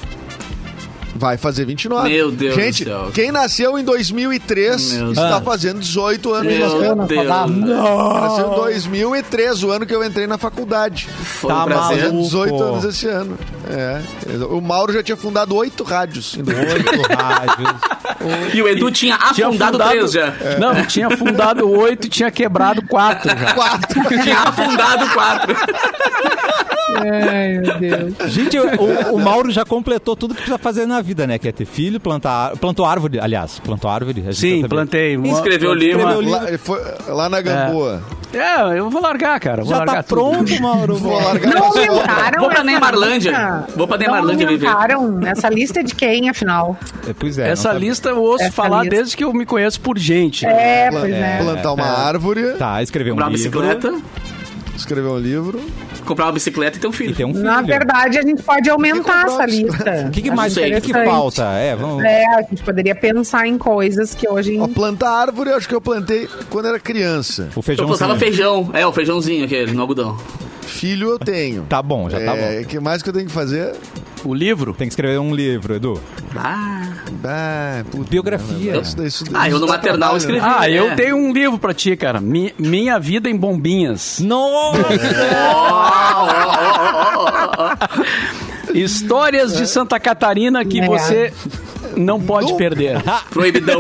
Speaker 2: Vai fazer vinte e nove.
Speaker 3: Meu Deus
Speaker 2: Gente,
Speaker 3: do céu.
Speaker 2: quem nasceu em dois mil e três
Speaker 3: Meu
Speaker 2: está
Speaker 1: Deus.
Speaker 2: fazendo dezoito anos.
Speaker 3: Meu
Speaker 2: esse ano.
Speaker 3: Deus.
Speaker 2: Nasceu em dois mil e três, o ano que eu entrei na faculdade.
Speaker 3: Foi
Speaker 1: Tá
Speaker 3: um prazer.
Speaker 1: maluco.
Speaker 2: dezoito anos esse ano. É. O Mauro já tinha fundado oito rádios. Em dois mil e três.
Speaker 1: Oito rádios.
Speaker 3: E o Edu tinha
Speaker 4: Tinha
Speaker 3: afundado
Speaker 4: fundado-
Speaker 3: três já.
Speaker 4: Não, tinha fundado oito e tinha quebrado quatro já.
Speaker 2: Quatro.
Speaker 3: Tinha afundado quatro.
Speaker 5: Ai, meu Deus.
Speaker 1: Gente, o, o Mauro já completou tudo que precisa fazer na vida, né? Que é ter filho, plantar... Plantou árvore, aliás. Plantou árvore. a gente
Speaker 4: Sim,
Speaker 1: já sabia.
Speaker 4: plantei. uma-
Speaker 3: Escreveu o livro.
Speaker 1: Escreveu o livro.
Speaker 2: Lá, ele foi lá na Gamboa.
Speaker 4: É, eu vou largar, cara. Vou
Speaker 1: Já
Speaker 4: largar
Speaker 1: tá
Speaker 4: tudo.
Speaker 1: pronto, Mauro.
Speaker 2: Vou largar
Speaker 5: Não
Speaker 2: na sombra.
Speaker 5: aumentaram
Speaker 3: Vou pra
Speaker 5: essa
Speaker 3: Neymarlândia.
Speaker 5: lista?
Speaker 3: Vou pra Neymarlândia
Speaker 5: Não
Speaker 3: viver.
Speaker 5: aumentaram. Essa lista é de quem, afinal?
Speaker 1: É, Pois é.
Speaker 4: Essa
Speaker 1: não tá-
Speaker 4: lista eu ouço
Speaker 5: Essa
Speaker 4: falar
Speaker 5: lista.
Speaker 4: desde que eu me conheço por gente.
Speaker 5: É,
Speaker 2: Pla-
Speaker 5: pois é.
Speaker 2: Plantar uma árvore,
Speaker 1: Tá, escreveu um
Speaker 3: Comprar uma
Speaker 1: livro.
Speaker 3: bicicleta,
Speaker 2: escrever um livro.
Speaker 3: comprar uma bicicleta e ter um
Speaker 1: E
Speaker 3: filho.
Speaker 1: ter um filho.
Speaker 5: Na verdade, a gente pode aumentar
Speaker 2: comprou
Speaker 5: essa lista.
Speaker 1: O que, que
Speaker 5: Acho
Speaker 1: mais o que, que
Speaker 5: interessante.
Speaker 1: falta? É, vamos...
Speaker 5: É, a gente poderia pensar em coisas que hoje...
Speaker 2: Ó, plantar árvore, eu acho que eu plantei quando era criança.
Speaker 1: O
Speaker 3: Eu
Speaker 1: feijão.
Speaker 3: plantava feijão. É, o feijãozinho aquele, no algodão.
Speaker 2: Filho eu tenho.
Speaker 1: Tá bom, já tá
Speaker 2: É,
Speaker 1: bom.
Speaker 2: o que mais que eu tenho que fazer?
Speaker 4: O livro?
Speaker 1: Tem que escrever um livro, Edu.
Speaker 3: Ah,
Speaker 2: Ah, puta,
Speaker 1: Biografia.
Speaker 2: Isso, isso,
Speaker 3: Ah, eu
Speaker 2: isso
Speaker 3: no
Speaker 2: dá
Speaker 3: maternal
Speaker 2: trabalho, né?
Speaker 3: escrevi.
Speaker 4: Ah,
Speaker 3: É.
Speaker 4: eu tenho um livro pra ti, cara. Mi- Minha Vida em Bombinhas.
Speaker 1: Nossa!
Speaker 4: Histórias de Santa Catarina que
Speaker 5: É.
Speaker 4: você não pode
Speaker 2: Não.
Speaker 4: perder.
Speaker 3: Proibidão.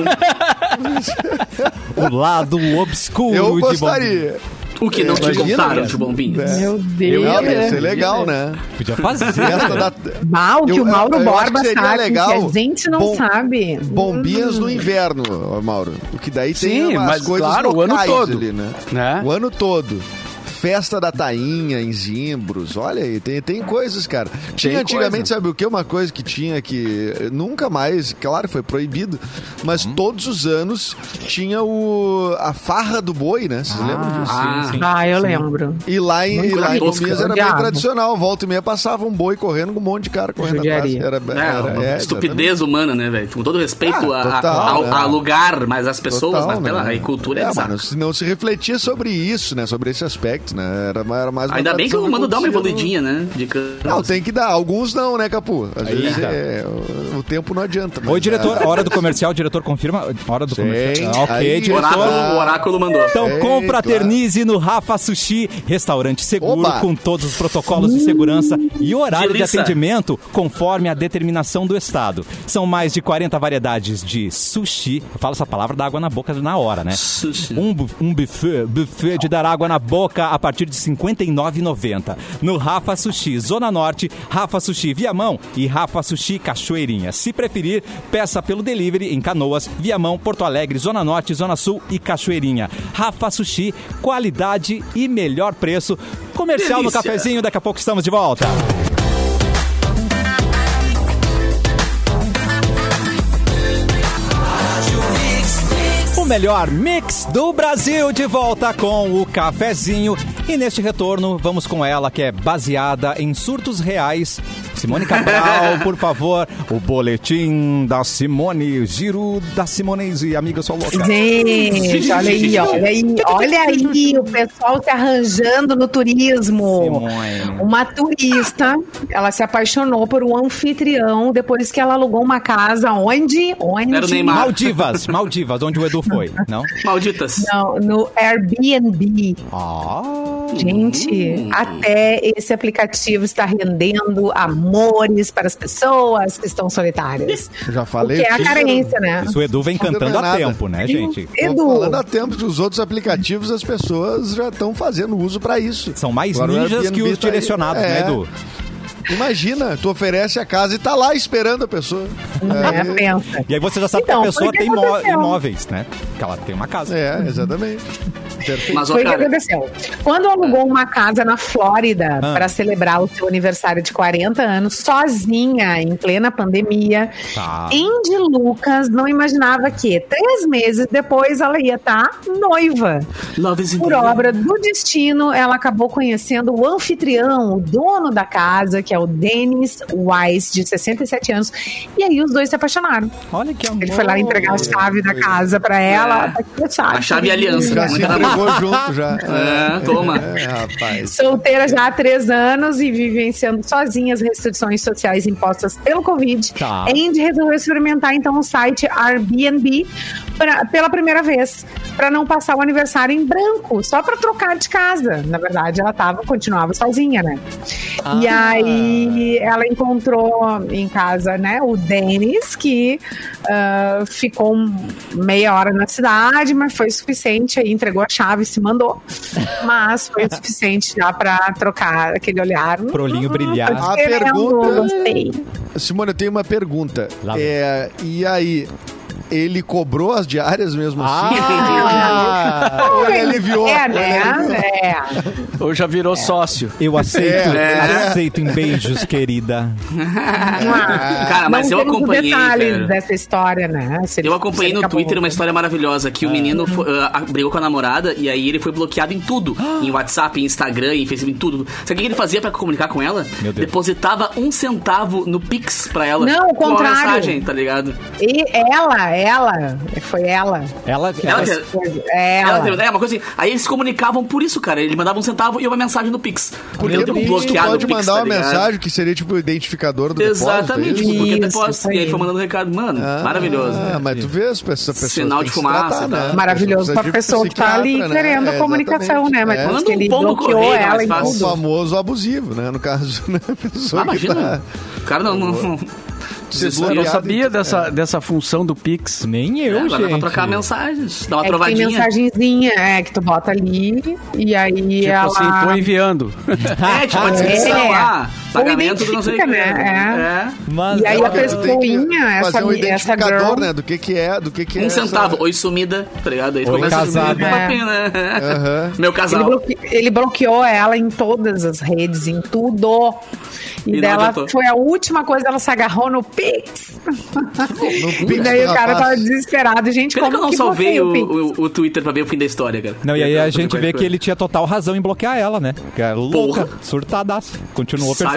Speaker 1: O lado obscuro
Speaker 2: Eu
Speaker 1: de
Speaker 2: gostaria.
Speaker 3: O que não te
Speaker 2: Imagina,
Speaker 3: contaram
Speaker 2: cara.
Speaker 3: de bombinhas.
Speaker 2: É.
Speaker 5: Meu Deus.
Speaker 2: Não,
Speaker 4: ia
Speaker 2: ia
Speaker 4: ver.
Speaker 2: ser legal, né?
Speaker 1: Bombom. Podia fazer.
Speaker 2: Festa da...
Speaker 5: Mal, que
Speaker 2: Eu-
Speaker 5: o Mauro
Speaker 2: eu- eu acho
Speaker 5: Borba
Speaker 2: que seria
Speaker 5: sabe,
Speaker 2: legal.
Speaker 5: que a gente não
Speaker 2: Bom-
Speaker 5: sabe.
Speaker 2: Bombinhas
Speaker 5: Hum.
Speaker 2: no inverno, ó, Mauro. O que daí tem
Speaker 4: Sim,
Speaker 2: umas
Speaker 4: mas
Speaker 2: coisas
Speaker 4: claro, o ano
Speaker 2: locais
Speaker 4: todo.
Speaker 2: ali, né?
Speaker 4: Né?
Speaker 2: O ano todo. Festa da Tainha em Zimbros, olha aí, tem, tem coisas, cara. Tinha antigamente,
Speaker 4: coisa.
Speaker 2: sabe o que? Uma coisa que tinha que nunca mais, claro, foi proibido, mas todos os anos tinha o a farra do boi, né? Vocês lembram disso?
Speaker 3: Ah,
Speaker 5: Ah, eu lembro.
Speaker 2: E lá em,
Speaker 5: Muito
Speaker 2: e lá em
Speaker 3: tosca.
Speaker 2: Bombinhas era bem
Speaker 5: Odiava.
Speaker 2: tradicional. Volta e meia passava um boi correndo com um monte de cara correndo atrás.
Speaker 5: Judiaria.
Speaker 2: Era,
Speaker 3: É,
Speaker 2: era,
Speaker 3: uma
Speaker 2: é,
Speaker 3: estupidez humana, né, velho? Com todo respeito
Speaker 2: Ah,
Speaker 3: a, a-
Speaker 2: total,
Speaker 3: ao,
Speaker 2: né?
Speaker 3: a lugar, mas as pessoas,
Speaker 2: Total,
Speaker 3: mas pela
Speaker 2: né?
Speaker 3: a cultura é,
Speaker 2: é,
Speaker 3: bizarra.
Speaker 2: mano, se não se refletia sobre isso, né? Sobre esse aspecto, né? Era, era mais uma
Speaker 3: Ainda bem que
Speaker 2: tradição
Speaker 3: o mano dá uma
Speaker 2: acontecia no-
Speaker 3: evoluidinha, né? De can-
Speaker 2: Não, tem que dar. Alguns não, né, Capu? Às
Speaker 1: Aí
Speaker 2: vezes
Speaker 1: tá.
Speaker 2: é, o, tempo não adianta. mas,
Speaker 1: Oi, diretor.
Speaker 2: é,
Speaker 1: Hora do comercial, o diretor confirma? Hora do
Speaker 2: Sim.
Speaker 1: comercial. Ah, ok,
Speaker 2: Aí,
Speaker 3: O
Speaker 1: diretor.
Speaker 3: oráculo, o oráculo mandou.
Speaker 1: Então
Speaker 2: Ei,
Speaker 1: confraternize no Rafa Sushi, restaurante seguro
Speaker 2: Oba.
Speaker 1: com todos os protocolos de segurança e horário
Speaker 3: Delícia.
Speaker 1: de atendimento conforme a determinação do estado. São mais de quarenta variedades de sushi. Eu falo essa palavra, dá água na boca na hora, né?
Speaker 3: Sushi.
Speaker 1: Um, bu- um buffet, buffet de dar água na boca a partir de cinquenta e nove reais e noventa centavos. No Rafa Sushi Zona Norte, Rafa Sushi Viamão e Rafa Sushi Cachoeirinha. Se preferir, peça pelo delivery em Canoas, Viamão, Porto Alegre, Zona Norte, Zona Sul e Cachoeirinha. Rafa Sushi, qualidade e melhor preço. Comercial
Speaker 3: Delícia.
Speaker 1: no cafezinho, daqui a pouco estamos de volta. O melhor mix do Brasil de volta com o cafezinho. E neste retorno, vamos com ela, que é baseada em surtos reais. Simone Cabral, por favor, o boletim da Simone, giro da Simonese, amiga, sua louca.
Speaker 5: Gente, olha aí, olha aí, olha aí o pessoal se arranjando no turismo.
Speaker 1: Simone.
Speaker 5: Uma turista, ela se apaixonou por um anfitrião depois que ela alugou uma casa onde? Onde?
Speaker 3: Era o Neymar.
Speaker 1: Maldivas, Maldivas, onde o Edu foi, não?
Speaker 3: Malditas.
Speaker 5: Não, no Airbnb.
Speaker 1: Ah,
Speaker 5: Gente, até esse aplicativo está rendendo amores para as pessoas que estão solitárias.
Speaker 2: Eu já falei.
Speaker 5: Porque é a
Speaker 2: aqui,
Speaker 5: carência, né?
Speaker 1: isso o Edu vem
Speaker 2: Não
Speaker 1: cantando
Speaker 2: deu
Speaker 1: há
Speaker 2: nada.
Speaker 1: tempo, né, gente?
Speaker 2: Tô
Speaker 5: Edu,
Speaker 2: falando há tempo que os outros aplicativos as pessoas já estão fazendo uso pra isso.
Speaker 1: São mais
Speaker 2: Agora o
Speaker 1: ninjas que
Speaker 2: Airbnb
Speaker 1: os
Speaker 2: tá aí.
Speaker 1: direcionados,
Speaker 2: É.
Speaker 1: né, Edu?
Speaker 2: Imagina, tu oferece a casa e tá lá esperando a pessoa.
Speaker 5: né,
Speaker 2: Aí-
Speaker 5: pensa.
Speaker 1: E aí você já sabe
Speaker 5: Então,
Speaker 1: que a pessoa
Speaker 5: foi o que
Speaker 1: tem imó-
Speaker 5: aconteceu.
Speaker 1: imóveis, né? Que ela tem uma casa.
Speaker 2: É, exatamente. Perfeito.
Speaker 3: Mas, ó,
Speaker 5: Foi o que
Speaker 3: cara,
Speaker 5: aconteceu. Quando alugou uma casa na Flórida
Speaker 1: Ah.
Speaker 5: para celebrar o seu aniversário de quarenta anos, sozinha, em plena pandemia,
Speaker 1: Tá.
Speaker 5: Indy Lucas não imaginava que três meses depois ela ia estar noiva.
Speaker 3: Love is in
Speaker 5: Por
Speaker 3: the air.
Speaker 5: obra do destino, ela acabou conhecendo o anfitrião, o dono da casa, que é o Dennis Weiss, de sessenta e sete anos. E aí os dois se apaixonaram.
Speaker 1: Olha que amor.
Speaker 5: Ele foi lá entregar a chave da casa pra ela.
Speaker 3: É.
Speaker 5: Tá aqui a chave.
Speaker 3: A chave e a aliança.
Speaker 2: Já se
Speaker 3: Muita
Speaker 2: entregou junto já.
Speaker 3: É, toma.
Speaker 2: É, rapaz.
Speaker 5: Solteira já há três anos e vivenciando sozinha as restrições sociais impostas pelo Covid.
Speaker 1: Tá.
Speaker 5: Andy resolveu experimentar então o site Airbnb pra- pela primeira vez, para não passar o aniversário em branco, só para trocar de casa. Na verdade, ela tava, continuava sozinha, né? E aí ela encontrou em casa, né, o Denis, que ah, ficou um- meia hora na cidade, mas foi suficiente, aí entregou a chave e se mandou. Mas foi o suficiente já pra trocar aquele olhar.
Speaker 1: Pro olhinho
Speaker 5: Uhum,
Speaker 1: brilhar.
Speaker 5: tô te
Speaker 2: A
Speaker 5: querendo,
Speaker 2: pergunta-
Speaker 5: Gostei.
Speaker 2: Simone, eu tenho uma pergunta.
Speaker 1: Lá vem.
Speaker 2: É, e aí, ele cobrou as diárias mesmo assim?
Speaker 1: Ah,
Speaker 2: Ou ele aliviou?
Speaker 5: É,
Speaker 2: Ou ele aliviou?
Speaker 5: né? É.
Speaker 4: Ou já virou sócio.
Speaker 1: eu aceito,
Speaker 2: É.
Speaker 1: aceito em beijos, querida.
Speaker 3: Cara, mas
Speaker 5: Não
Speaker 3: eu
Speaker 5: temos
Speaker 3: acompanhei,
Speaker 5: detalhes
Speaker 3: cara.
Speaker 5: dessa história, né? Se ele-
Speaker 3: Eu acompanhei
Speaker 5: se ele
Speaker 3: no
Speaker 5: acabou-
Speaker 3: Twitter uma história maravilhosa, que o menino foi, ah, brigou com a namorada e aí ele foi bloqueado em tudo. Em WhatsApp, em Instagram, em Facebook, em tudo. Sabe o que ele fazia pra comunicar com ela?
Speaker 1: Meu Deus.
Speaker 3: Depositava um centavo no Pix pra ela.
Speaker 5: Não, o
Speaker 3: com uma
Speaker 5: contrário.
Speaker 3: mensagem, tá ligado?
Speaker 5: E ela, ela, foi ela.
Speaker 1: Ela,
Speaker 3: Ela,
Speaker 1: ela-
Speaker 5: É ela.
Speaker 3: ela, é uma coisa assim. Aí eles se comunicavam por isso, cara. Ele mandava um centavo e uma mensagem no Pix. Porque
Speaker 2: Porque
Speaker 3: ele
Speaker 2: no
Speaker 3: deu
Speaker 2: Pix, tu
Speaker 3: bloqueado
Speaker 2: pode
Speaker 3: o Pix,
Speaker 2: mandar
Speaker 3: tá
Speaker 2: uma
Speaker 3: ligado?
Speaker 2: mensagem que seria tipo o identificador do
Speaker 3: Exatamente,
Speaker 2: depósito.
Speaker 3: tipo, porque
Speaker 5: Isso,
Speaker 3: depósito.
Speaker 5: isso
Speaker 3: E aí
Speaker 5: aí.
Speaker 3: foi mandando um recado. Mano,
Speaker 2: Ah,
Speaker 3: maravilhoso.
Speaker 2: Ah, mas tu vê as pessoas, pessoas
Speaker 3: Sinal
Speaker 2: têm
Speaker 3: de
Speaker 2: que se
Speaker 3: fumaça,
Speaker 2: tratar,
Speaker 3: tá?
Speaker 2: né?
Speaker 5: Maravilhoso pra
Speaker 2: Precisa de
Speaker 5: pessoa que tá ali
Speaker 2: psiquiatra, né?
Speaker 5: querendo
Speaker 2: É,
Speaker 5: comunicação, né? Mas
Speaker 2: exatamente.
Speaker 5: quando
Speaker 3: Manda
Speaker 5: ele
Speaker 3: um pombo
Speaker 5: bloqueou
Speaker 3: correio,
Speaker 5: ela
Speaker 3: mais
Speaker 5: em
Speaker 2: É.
Speaker 3: fácil.
Speaker 2: O
Speaker 5: tudo.
Speaker 2: famoso abusivo, né? No caso, né? A pessoa
Speaker 3: Ah,
Speaker 2: que
Speaker 3: imagina.
Speaker 2: tá
Speaker 3: O cara não... não
Speaker 2: ser
Speaker 4: Eu não
Speaker 2: bloqueado,
Speaker 4: sabia
Speaker 2: então,
Speaker 4: dessa, dessa função do Pix.
Speaker 1: nem eu,
Speaker 3: É, agora dá pra
Speaker 1: gente.
Speaker 3: trocar mensagens, dá uma
Speaker 5: É que tem
Speaker 3: trovadinha.
Speaker 5: mensagenzinha, é, que tu bota ali e aí
Speaker 4: Tipo
Speaker 5: ela...
Speaker 4: assim, tô enviando.
Speaker 3: É, tipo a descrição
Speaker 5: É.
Speaker 3: lá,
Speaker 5: Ou
Speaker 3: pagamento do não sei o que.
Speaker 5: identifica, né?
Speaker 3: É.
Speaker 1: Mas
Speaker 5: E aí
Speaker 2: É,
Speaker 5: a
Speaker 2: porque tu tem que
Speaker 5: pessoinha, essa,
Speaker 2: fazer um
Speaker 5: essa
Speaker 2: identificador,
Speaker 5: girl...
Speaker 2: né? Do que que é, do que que é
Speaker 3: Um
Speaker 2: essa-
Speaker 3: centavo, oi sumida, tá ligado? Aí
Speaker 1: Oi,
Speaker 3: começa
Speaker 1: casado.
Speaker 3: a papinho, né?
Speaker 2: Aham.
Speaker 3: Meu
Speaker 5: Ele,
Speaker 3: casal.
Speaker 5: bloque... ele bloqueou ela em todas as redes, em tudo. E,
Speaker 3: E não
Speaker 5: dela
Speaker 3: adiantou.
Speaker 5: foi a última coisa, ela se agarrou no Pix.
Speaker 2: No
Speaker 5: E
Speaker 2: Pix
Speaker 5: daí
Speaker 2: do
Speaker 5: o cara
Speaker 2: rapaz.
Speaker 5: tava desesperado. Gente,
Speaker 3: Pena
Speaker 5: como
Speaker 3: que eu não
Speaker 5: que
Speaker 3: salvei
Speaker 5: bloqueia
Speaker 3: o,
Speaker 5: o Pix?
Speaker 3: o, o Twitter pra ver o fim da história, cara.
Speaker 1: Não, e aí
Speaker 3: Ia
Speaker 1: a
Speaker 3: fazer
Speaker 1: gente vê
Speaker 3: qualquer
Speaker 1: que
Speaker 3: coisa.
Speaker 1: ele tinha total razão em bloquear ela, né? Que era louca,
Speaker 3: Porra.
Speaker 1: surtadaço. Continuou
Speaker 3: Sai
Speaker 1: perseguindo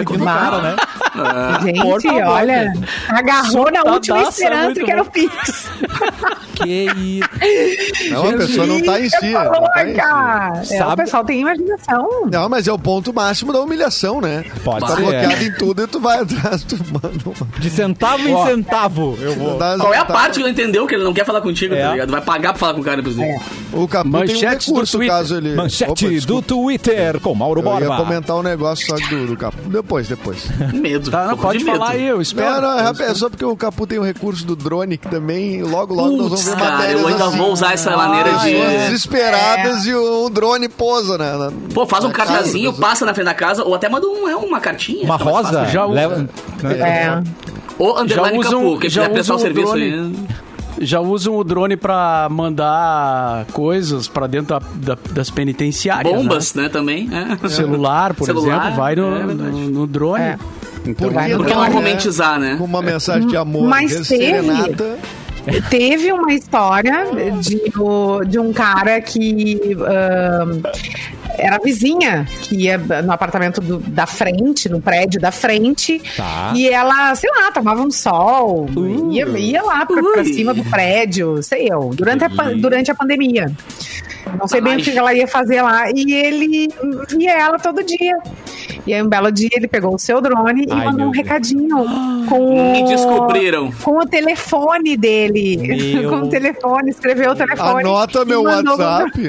Speaker 1: aqui no cara, né?
Speaker 5: Gente,
Speaker 1: Por favor,
Speaker 5: olha, agarrou na última
Speaker 4: Surtadaça,
Speaker 5: esperança
Speaker 4: muito
Speaker 5: que era o
Speaker 4: bom.
Speaker 5: Pix.
Speaker 1: Que isso.
Speaker 2: Não, a pessoa não tá em si.
Speaker 5: Falou,
Speaker 2: Não tá em si.
Speaker 5: cara. É,
Speaker 1: Sabe-
Speaker 5: o pessoal tem imaginação.
Speaker 2: Não, mas é o ponto máximo da humilhação, né?
Speaker 1: Pode
Speaker 2: Tá
Speaker 1: ser.
Speaker 2: bloqueado em tudo e tu vai atrás, tu manda uma...
Speaker 1: De centavo em centavo, eu vou.
Speaker 2: Dá-
Speaker 3: Qual é a
Speaker 2: tá-
Speaker 3: parte que ele entendeu que ele não quer falar contigo,
Speaker 1: É.
Speaker 3: tá ligado? Vai pagar pra falar com o cara, inclusive.
Speaker 2: O Capu tem um
Speaker 4: Manchetes do
Speaker 2: recurso,
Speaker 4: Twitter.
Speaker 2: caso ele...
Speaker 1: Manchete
Speaker 2: Opa,
Speaker 1: do
Speaker 2: desculpa.
Speaker 1: Twitter com Mauro
Speaker 2: Eu ia
Speaker 1: Borba.
Speaker 2: comentar um negócio só do, do Capu. Depois, depois.
Speaker 3: Medo.
Speaker 4: Tá, não,
Speaker 3: Pouco
Speaker 4: pode
Speaker 3: de
Speaker 4: falar
Speaker 3: medo.
Speaker 4: aí, eu espero.
Speaker 2: Não, não, é só porque o Capu tem o recurso do drone, que também logo, logo nós vamos
Speaker 3: Putz,
Speaker 2: ver
Speaker 3: cara,
Speaker 2: matérias
Speaker 3: eu ainda
Speaker 2: assim.
Speaker 3: vou usar essa maneira
Speaker 2: Pessoas
Speaker 3: de...
Speaker 2: desesperadas e o, o drone pousa, né? Na-
Speaker 3: Pô, faz um
Speaker 2: na casa
Speaker 3: cartazinho,
Speaker 2: das-
Speaker 3: passa na frente da casa, ou até manda um, é, uma cartinha.
Speaker 1: Uma
Speaker 3: fica mais
Speaker 1: rosa?
Speaker 3: fácil.
Speaker 4: Já o-
Speaker 1: Leva- né?
Speaker 5: É.
Speaker 3: Ou underline
Speaker 4: Já usam-
Speaker 3: Capu, quem
Speaker 4: já
Speaker 3: quiser prestar o
Speaker 4: usam o
Speaker 3: serviço
Speaker 4: drone.
Speaker 3: aí.
Speaker 4: Já usam o drone pra mandar coisas pra dentro da- da- das penitenciárias.
Speaker 3: Bombas, né, também. É.
Speaker 4: Né? Celular, por
Speaker 3: Celular,
Speaker 4: exemplo, vai no,
Speaker 3: é verdade.
Speaker 4: no, no drone.
Speaker 5: É.
Speaker 4: Então,
Speaker 2: Por
Speaker 5: Vai
Speaker 2: que
Speaker 5: no
Speaker 3: Porque
Speaker 2: não,
Speaker 3: não
Speaker 5: drone.
Speaker 2: né?
Speaker 3: romantizar, né?
Speaker 2: Com uma mensagem de amor.
Speaker 5: Mas
Speaker 2: Esse
Speaker 5: teve-
Speaker 2: serenata.
Speaker 5: Teve uma história de, o- de um cara que ahn, era vizinha, que ia no apartamento do- da frente, no prédio da frente,
Speaker 1: Tá.
Speaker 5: e ela, sei lá, tomava um sol, ia, ia lá pra, pra
Speaker 3: Ui.
Speaker 5: cima do prédio, sei eu, durante a, pa- durante a pandemia. Não sei bem o que
Speaker 3: Ai.
Speaker 5: ela ia fazer lá, e ele via ela todo dia. E aí, um belo dia, ele pegou o seu drone e
Speaker 1: Ai,
Speaker 5: mandou
Speaker 1: meu
Speaker 5: um
Speaker 1: Deus.
Speaker 5: recadinho com
Speaker 3: Me descobriram.
Speaker 5: com o telefone dele.
Speaker 1: Meu.
Speaker 5: Com o telefone, escreveu o telefone.
Speaker 2: Anota
Speaker 5: e
Speaker 2: meu
Speaker 5: mandou no-
Speaker 2: WhatsApp.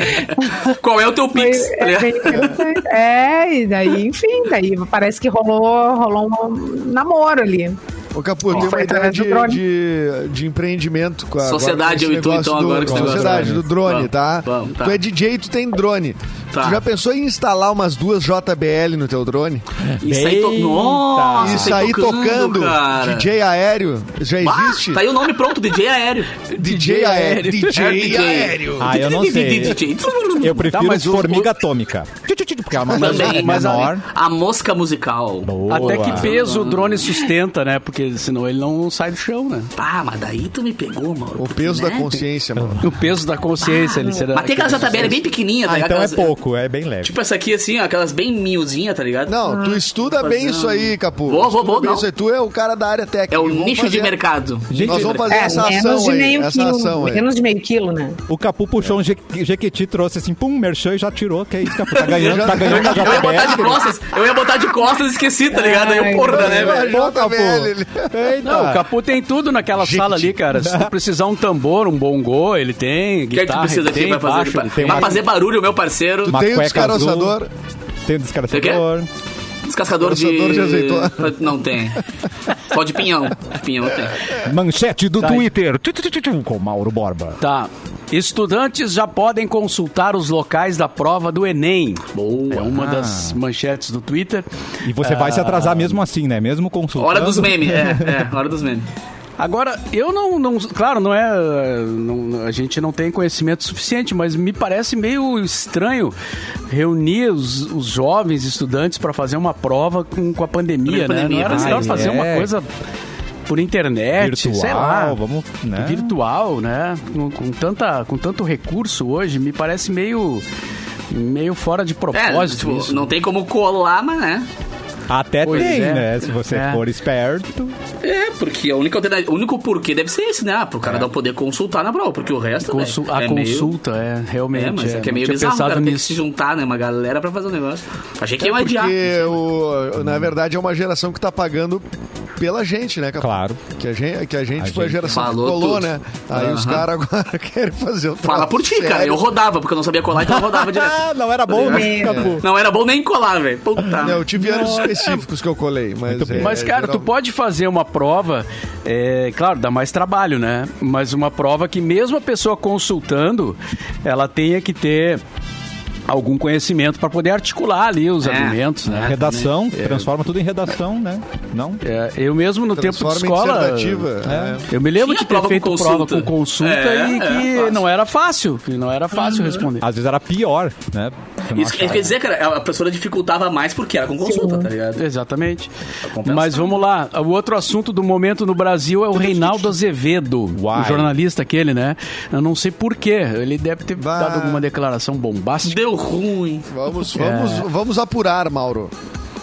Speaker 3: Qual é o teu
Speaker 5: Foi,
Speaker 3: Pix? tá
Speaker 5: é,
Speaker 3: ligado?
Speaker 5: bem interessante. É, e daí, enfim, daí parece que rolou, rolou um namoro ali.
Speaker 2: Ô, Capu, eu tenho
Speaker 5: Foi
Speaker 2: uma ideia
Speaker 5: através do
Speaker 2: de,
Speaker 5: drone.
Speaker 2: de, de empreendimento com a
Speaker 3: Sociedade,
Speaker 2: agora,
Speaker 3: eu e tu, então, agora com esse negócio.
Speaker 2: Sociedade, do drone,
Speaker 3: Vamos,
Speaker 2: tá?
Speaker 3: vamos, tá.
Speaker 2: Tu é D J e tu tem drone.
Speaker 3: Tá.
Speaker 2: Tu já pensou em instalar umas duas J B L no teu drone?
Speaker 3: Isso aí, to...
Speaker 1: Eita.
Speaker 3: Nossa,
Speaker 2: E
Speaker 3: isso
Speaker 2: sair tocando,
Speaker 3: cara.
Speaker 2: D J aéreo? Já
Speaker 3: Ah,
Speaker 2: existe?
Speaker 3: tá aí o nome pronto, D J aéreo.
Speaker 2: D J aéreo. D
Speaker 3: É,
Speaker 2: J
Speaker 3: D J.
Speaker 2: aéreo.
Speaker 1: Ah, eu não sei.
Speaker 3: D J.
Speaker 1: Eu prefiro
Speaker 4: Tá, mas o-
Speaker 1: formiga atômica. Porque é uma coisa
Speaker 3: Também,
Speaker 4: mas a-
Speaker 1: menor.
Speaker 3: A mosca musical.
Speaker 1: Boa.
Speaker 4: Até que peso o drone sustenta, né? Porque senão ele não sai do chão, né?
Speaker 3: Pá, mas daí tu me pegou, mano.
Speaker 2: O
Speaker 3: porque,
Speaker 2: peso
Speaker 3: né,
Speaker 2: da consciência, mano.
Speaker 4: O peso da consciência, ele será.
Speaker 3: Mas tem aquelas J B L bem pequenininhas, tá
Speaker 1: Ah,
Speaker 3: ligado?
Speaker 1: então é
Speaker 3: Aquelas-
Speaker 1: pouco, é bem leve.
Speaker 3: Tipo essa aqui, assim, ó, aquelas bem miozinhas, tá ligado?
Speaker 2: Não, tu estuda
Speaker 3: fazer
Speaker 2: bem isso
Speaker 3: um-
Speaker 2: aí, Capu.
Speaker 3: Vou, vou,
Speaker 2: Estuda
Speaker 3: vou,
Speaker 2: bem
Speaker 3: não.
Speaker 2: isso aí. Tu é o cara da área técnica.
Speaker 3: É o
Speaker 2: Vamos
Speaker 3: nicho de
Speaker 2: fazer-
Speaker 3: mercado.
Speaker 1: Gente,
Speaker 2: Nós vamos fazer
Speaker 5: É,
Speaker 2: essa
Speaker 5: menos
Speaker 2: ação
Speaker 5: de
Speaker 2: aí.
Speaker 5: meio
Speaker 2: Essa
Speaker 5: quilo.
Speaker 2: ação aí.
Speaker 5: Menos de meio quilo, né?
Speaker 1: O Capu puxou um Je- Jequiti, trouxe assim, pum, merchan e já tirou. Que é isso, Capu? Tá ganhando, tá ganhando na
Speaker 3: Eu ia botar de
Speaker 1: J B L.
Speaker 3: costas, eu ia botar de costas e esqueci, tá ligado? Aí eu, porra, né, velho?
Speaker 2: J B L, ele-
Speaker 1: Eita.
Speaker 4: Não, o Capu tem tudo naquela sala ali, cara. Se tu precisar um tambor, um bongô, ele tem.
Speaker 3: O que é que tu
Speaker 4: Guitarra,
Speaker 3: precisa
Speaker 4: ele
Speaker 3: aqui
Speaker 4: tem,
Speaker 3: pra fazer?
Speaker 4: baixo, ele tem.
Speaker 3: Vai
Speaker 1: uma-
Speaker 3: fazer barulho, meu parceiro.
Speaker 2: Tu
Speaker 1: Uma
Speaker 2: tem o
Speaker 1: cueca
Speaker 2: descaroçador.
Speaker 1: Tem um descaroçador.
Speaker 3: Descascador de...
Speaker 2: Descascador de azeitona.
Speaker 3: Não tem. Só de pinhão. De pinhão tem.
Speaker 1: Manchete do
Speaker 4: Tá.
Speaker 1: Twitter. Tu, tu, tu, tu, tu, com Mauro Borba.
Speaker 4: Tá. Estudantes já podem consultar os locais da prova do Enem.
Speaker 3: Boa.
Speaker 4: É uma
Speaker 1: Ah.
Speaker 4: das manchetes do Twitter.
Speaker 1: E você vai se atrasar mesmo assim, né? Mesmo consultando.
Speaker 3: Hora dos memes, é, é, hora dos memes.
Speaker 4: Agora, eu não, não claro, não é, não- a gente não tem conhecimento suficiente, mas me parece meio estranho reunir os, os jovens estudantes para fazer uma prova com, com a pandemia,
Speaker 3: Com a
Speaker 4: né?
Speaker 3: pandemia,
Speaker 4: Não era
Speaker 3: pois
Speaker 4: melhor
Speaker 1: é.
Speaker 4: fazer uma
Speaker 1: É.
Speaker 4: coisa por internet,
Speaker 1: Virtual,
Speaker 4: sei lá,
Speaker 1: vamos, né?
Speaker 4: virtual, né? Com, com tanta, com tanto recurso hoje, me parece meio, meio fora de
Speaker 3: É,
Speaker 4: propósito
Speaker 3: tipo,
Speaker 4: isso.
Speaker 3: não tem como colar, mas né?
Speaker 1: Até
Speaker 4: Pois
Speaker 1: tem,
Speaker 4: é.
Speaker 1: né? Se você
Speaker 4: É.
Speaker 1: for esperto.
Speaker 3: É, porque a única alternativa, o único porquê deve ser esse, né? Ah, pro cara não poder consultar na prova, porque o resto,
Speaker 4: Consul-
Speaker 3: velho,
Speaker 4: a
Speaker 3: é meio-
Speaker 4: consulta é realmente.
Speaker 3: É, mas é, que é
Speaker 4: não
Speaker 3: meio
Speaker 4: tinha
Speaker 3: bizarro, o
Speaker 4: pensado
Speaker 3: cara tem que
Speaker 4: nisso.
Speaker 3: se juntar, né? Uma galera pra fazer o negócio. Achei que ia
Speaker 2: É
Speaker 3: adiar.
Speaker 2: porque, o, na verdade, é uma geração que tá pagando pela gente, né, Capu?
Speaker 1: Claro.
Speaker 2: Que a gente, que a gente
Speaker 1: A
Speaker 2: foi a
Speaker 1: gente
Speaker 2: geração que
Speaker 3: falou
Speaker 2: colou,
Speaker 3: tudo.
Speaker 2: né? Aí os
Speaker 3: Aham.
Speaker 2: caras agora querem fazer o
Speaker 3: Fala
Speaker 2: troço
Speaker 3: por ti, cara.
Speaker 2: sério.
Speaker 3: Eu rodava, porque eu não sabia colar, então eu rodava direto.
Speaker 1: Ah, não era bom, né, Capu?
Speaker 3: Não era bom nem colar, velho. Puta.
Speaker 2: Eu tive anos específicos que eu colei, mas...
Speaker 1: Muito bem.
Speaker 2: é,
Speaker 4: Mas, cara,
Speaker 2: geral-
Speaker 4: tu pode fazer uma prova, é, claro, dá mais trabalho, né? Mas uma prova que mesmo a pessoa consultando, ela tenha que ter algum conhecimento para poder articular ali os
Speaker 3: É,
Speaker 4: argumentos, né?
Speaker 1: Redação, transforma tudo em redação, né? Não?
Speaker 4: É, eu mesmo no tempo de
Speaker 2: Transforma em
Speaker 4: escola,
Speaker 2: dissertativa.
Speaker 1: É.
Speaker 4: eu me lembro
Speaker 3: Tinha
Speaker 4: de ter
Speaker 3: prova com
Speaker 4: feito prova
Speaker 3: consulta.
Speaker 4: com consulta
Speaker 3: É,
Speaker 4: e
Speaker 3: é,
Speaker 4: que
Speaker 3: fácil.
Speaker 4: não era fácil, que não era fácil responder.
Speaker 1: Às vezes era pior, né? Você não
Speaker 3: Isso que
Speaker 1: achava.
Speaker 3: quer dizer, cara, a professora dificultava mais porque era com consulta, tá ligado?
Speaker 4: Exatamente.
Speaker 3: compensar.
Speaker 4: Mas vamos lá. O outro assunto do momento no Brasil é o Reinaldo Azevedo,
Speaker 1: Uai.
Speaker 4: o jornalista aquele, né? Eu não sei porquê. Ele deve ter
Speaker 2: Vai.
Speaker 4: dado alguma declaração bombástica.
Speaker 3: Deu ruim.
Speaker 2: Vamos, vamos,
Speaker 4: É.
Speaker 2: vamos apurar, Mauro.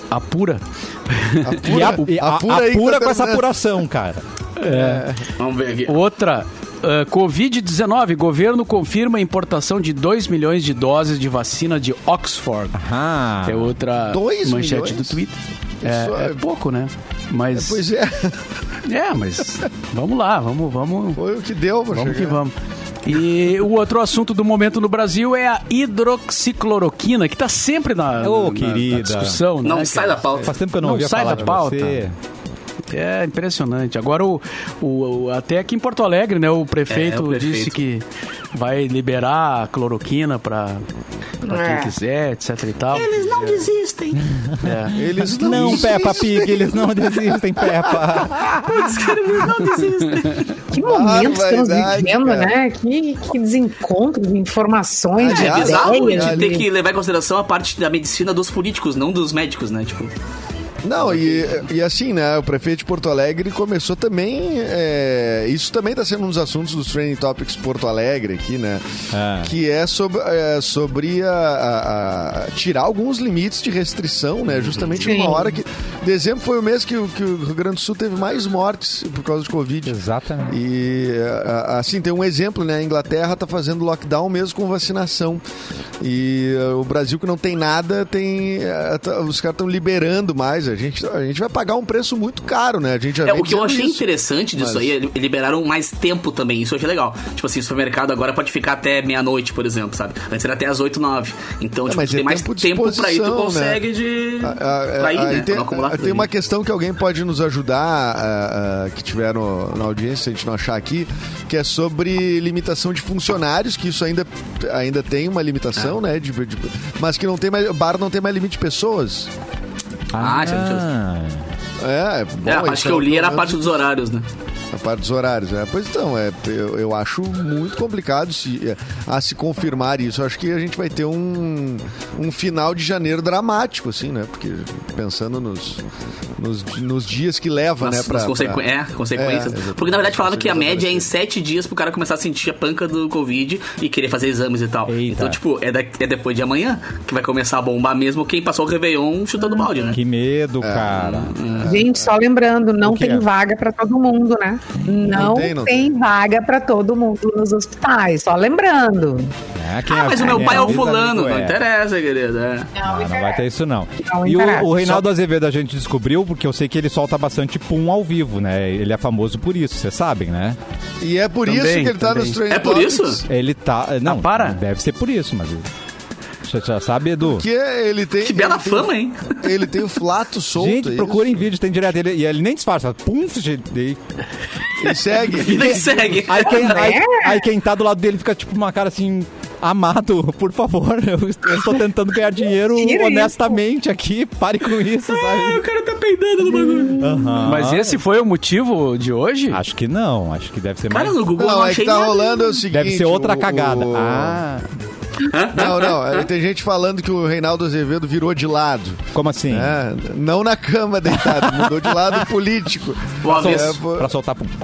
Speaker 4: apura.
Speaker 1: E a, e a,
Speaker 2: Apura aí que
Speaker 1: apura
Speaker 2: tá
Speaker 1: com essa
Speaker 2: terminando.
Speaker 1: apuração, cara.
Speaker 3: Vamos ver aqui.
Speaker 4: Outra, uh, covid dezenove. Governo confirma a importação de dois milhões de doses de vacina de Oxford.
Speaker 1: Ah.
Speaker 4: Que é outra
Speaker 2: dois
Speaker 4: manchete
Speaker 2: milhões?
Speaker 4: do Twitter.
Speaker 2: Isso
Speaker 4: É,
Speaker 2: é-
Speaker 4: é pouco, né? Mas,
Speaker 2: Pois é,
Speaker 4: é, mas vamos lá, vamos, vamos,
Speaker 2: foi o que deu pra
Speaker 4: vamos
Speaker 2: chegar.
Speaker 4: que vamos. E o outro assunto do momento no Brasil é a hidroxicloroquina, que tá sempre na,
Speaker 1: Ô,
Speaker 4: na- na
Speaker 1: querida.
Speaker 4: discussão.
Speaker 3: Não
Speaker 4: né,
Speaker 3: sai
Speaker 4: cara?
Speaker 3: da pauta.
Speaker 1: Faz tempo que eu não,
Speaker 4: Não
Speaker 1: ouvia
Speaker 4: sai
Speaker 1: falar
Speaker 4: da
Speaker 1: de
Speaker 4: pauta.
Speaker 1: você.
Speaker 4: É impressionante. Agora, o, o, o- até aqui em Porto Alegre, né? O prefeito,
Speaker 3: É, o prefeito.
Speaker 4: disse que vai liberar a cloroquina para
Speaker 5: É.
Speaker 4: quem quiser, etc e tal.
Speaker 3: Eles não desistem.
Speaker 4: É.
Speaker 2: Eles não,
Speaker 1: Não,
Speaker 2: desistem.
Speaker 1: Peppa Pig, eles não desistem, Peppa.
Speaker 3: Eles não desistem.
Speaker 5: Que momentos estamos
Speaker 2: Barbaridade,
Speaker 5: vivendo,
Speaker 2: cara.
Speaker 5: né? Que, que desencontro de informações, de
Speaker 3: É
Speaker 2: Aliás,
Speaker 3: bizarro a
Speaker 5: ideias.
Speaker 3: gente
Speaker 2: ali-
Speaker 3: ter que levar em consideração a parte da medicina dos políticos, não dos médicos, né? Tipo,
Speaker 2: Não, e, e assim, né, o prefeito de Porto Alegre começou também, é, isso também está sendo um dos assuntos dos Trending Topics Porto Alegre aqui, né,
Speaker 1: Ah.
Speaker 2: que é sobre, é, sobre a, a- a tirar alguns limites de restrição, né, justamente
Speaker 5: Sim.
Speaker 2: numa hora que, dezembro foi o mês que, o- que o Rio Grande do Sul teve mais mortes por causa de Covid.
Speaker 1: Exatamente.
Speaker 2: E a- a- assim, tem um exemplo, né? A Inglaterra tá fazendo lockdown mesmo com vacinação. E uh, o Brasil, que não tem nada, tem. uh, tá- os caras estão liberando mais. A gente, a gente vai pagar um preço muito caro, né? A gente já
Speaker 3: é,
Speaker 2: vem
Speaker 3: o que eu
Speaker 2: dizendo
Speaker 3: achei
Speaker 2: isso.
Speaker 3: interessante disso
Speaker 2: Mas-
Speaker 3: aí, é liberaram mais tempo também, isso eu achei legal. Tipo assim, o supermercado agora pode ficar até meia-noite, por exemplo, sabe? Antes era até as oito, nove. Então,
Speaker 2: É,
Speaker 3: tipo,
Speaker 2: mas
Speaker 3: tu tem
Speaker 2: é
Speaker 3: mais
Speaker 2: tempo de
Speaker 3: tempo pra ir, tu
Speaker 2: exposição,
Speaker 3: consegue
Speaker 2: né?
Speaker 3: de...
Speaker 2: A- a-
Speaker 3: pra ir,
Speaker 2: aí
Speaker 3: né?
Speaker 2: tem,
Speaker 3: Pra não acumular tudo
Speaker 2: tem
Speaker 3: ali.
Speaker 2: uma questão que alguém pode nos ajudar, a- a- que tiver no- na audiência, se a gente não achar aqui, que é sobre limitação de funcionários, que isso ainda, ainda tem uma limitação, né? de- de- mas que não tem mais. Bar não tem mais limite de pessoas.
Speaker 3: Ah, já não
Speaker 2: É, bom,
Speaker 3: É, a
Speaker 2: isso
Speaker 3: parte que eu
Speaker 2: é
Speaker 3: li era a
Speaker 2: pelo
Speaker 3: parte
Speaker 2: menos
Speaker 3: dos horários, né?
Speaker 2: A parte dos horários, é. Pois então, é, eu, eu acho muito complicado se, é, a se confirmar isso. Eu acho que a gente vai ter um, um final de janeiro dramático, assim, né? Porque pensando nos, nos, nos dias que leva,
Speaker 3: Nas,
Speaker 2: né? Pra,
Speaker 3: nas consequ...
Speaker 2: pra-
Speaker 3: é, consequências.
Speaker 2: É, exatamente.
Speaker 3: Porque na verdade falaram que a média é em
Speaker 2: Consequências
Speaker 3: sete dias pro cara começar a sentir a panca do Covid e querer fazer exames e tal.
Speaker 1: Eita.
Speaker 3: Então, tipo, é, da... é depois de amanhã que vai começar a bombar mesmo quem passou o Réveillon chutando balde, né?
Speaker 1: Que medo, cara.
Speaker 5: Gente, só lembrando, não
Speaker 1: O que
Speaker 5: tem
Speaker 1: é?
Speaker 5: vaga pra todo mundo, né? Não,
Speaker 2: tem, não
Speaker 5: tem, vaga pra todo mundo nos hospitais, só lembrando.
Speaker 1: É, quem
Speaker 3: Ah,
Speaker 1: é-
Speaker 3: mas o meu
Speaker 1: quem
Speaker 3: pai é o
Speaker 1: amigo,
Speaker 3: fulano,
Speaker 1: amigo
Speaker 3: não
Speaker 1: é.
Speaker 3: interessa, querido. É.
Speaker 1: Não, não vai ter isso não.
Speaker 5: Não
Speaker 1: E o,
Speaker 5: interessa.
Speaker 1: o Reinaldo Azevedo a gente descobriu porque eu sei que ele solta bastante pum ao vivo, né? Ele é famoso por isso, vocês sabem, né?
Speaker 2: E é por
Speaker 4: Também,
Speaker 2: isso que ele tá
Speaker 4: também.
Speaker 2: nos Trending
Speaker 3: É por
Speaker 2: Topics,
Speaker 3: isso?
Speaker 1: Ele tá... Não,
Speaker 4: para?
Speaker 1: deve ser por isso, mas... Você já sabe, Edu?
Speaker 2: Que ele tem.
Speaker 3: Que bela
Speaker 2: ele tem-
Speaker 3: fama, hein?
Speaker 2: Ele tem o flato solto.
Speaker 1: Gente,
Speaker 2: é
Speaker 1: procurem
Speaker 2: isso?
Speaker 1: vídeo, tem direto. Ele, e ele nem disfarça. Pum, gente, e-
Speaker 2: Ele segue.
Speaker 3: Vida que segue.
Speaker 1: aí, quem, aí,
Speaker 5: É?
Speaker 1: aí quem tá do lado dele fica tipo uma cara assim... Amado, por favor, eu, eu estou tentando ganhar dinheiro
Speaker 5: Tira
Speaker 1: honestamente aqui. Pare com isso, sabe?
Speaker 3: O cara tá peidando no bagulho.
Speaker 1: Aham.
Speaker 4: Mas esse foi o motivo de hoje?
Speaker 1: Acho que não, acho que deve ser
Speaker 3: Cara,
Speaker 1: mais...
Speaker 3: no Google eu
Speaker 2: Não,
Speaker 3: não
Speaker 2: é que
Speaker 3: achei
Speaker 2: tá
Speaker 3: nada.
Speaker 2: rolando é o seguinte.
Speaker 1: Deve ser outra
Speaker 2: o-
Speaker 1: cagada.
Speaker 2: o-
Speaker 1: Ah,
Speaker 2: Não, não. é, Tem gente falando que o Reinaldo Azevedo virou de lado.
Speaker 1: como assim?
Speaker 2: É, não na cama deitado, mudou de lado político.
Speaker 3: O avesso.
Speaker 2: É, pô-
Speaker 1: Pra soltar pum.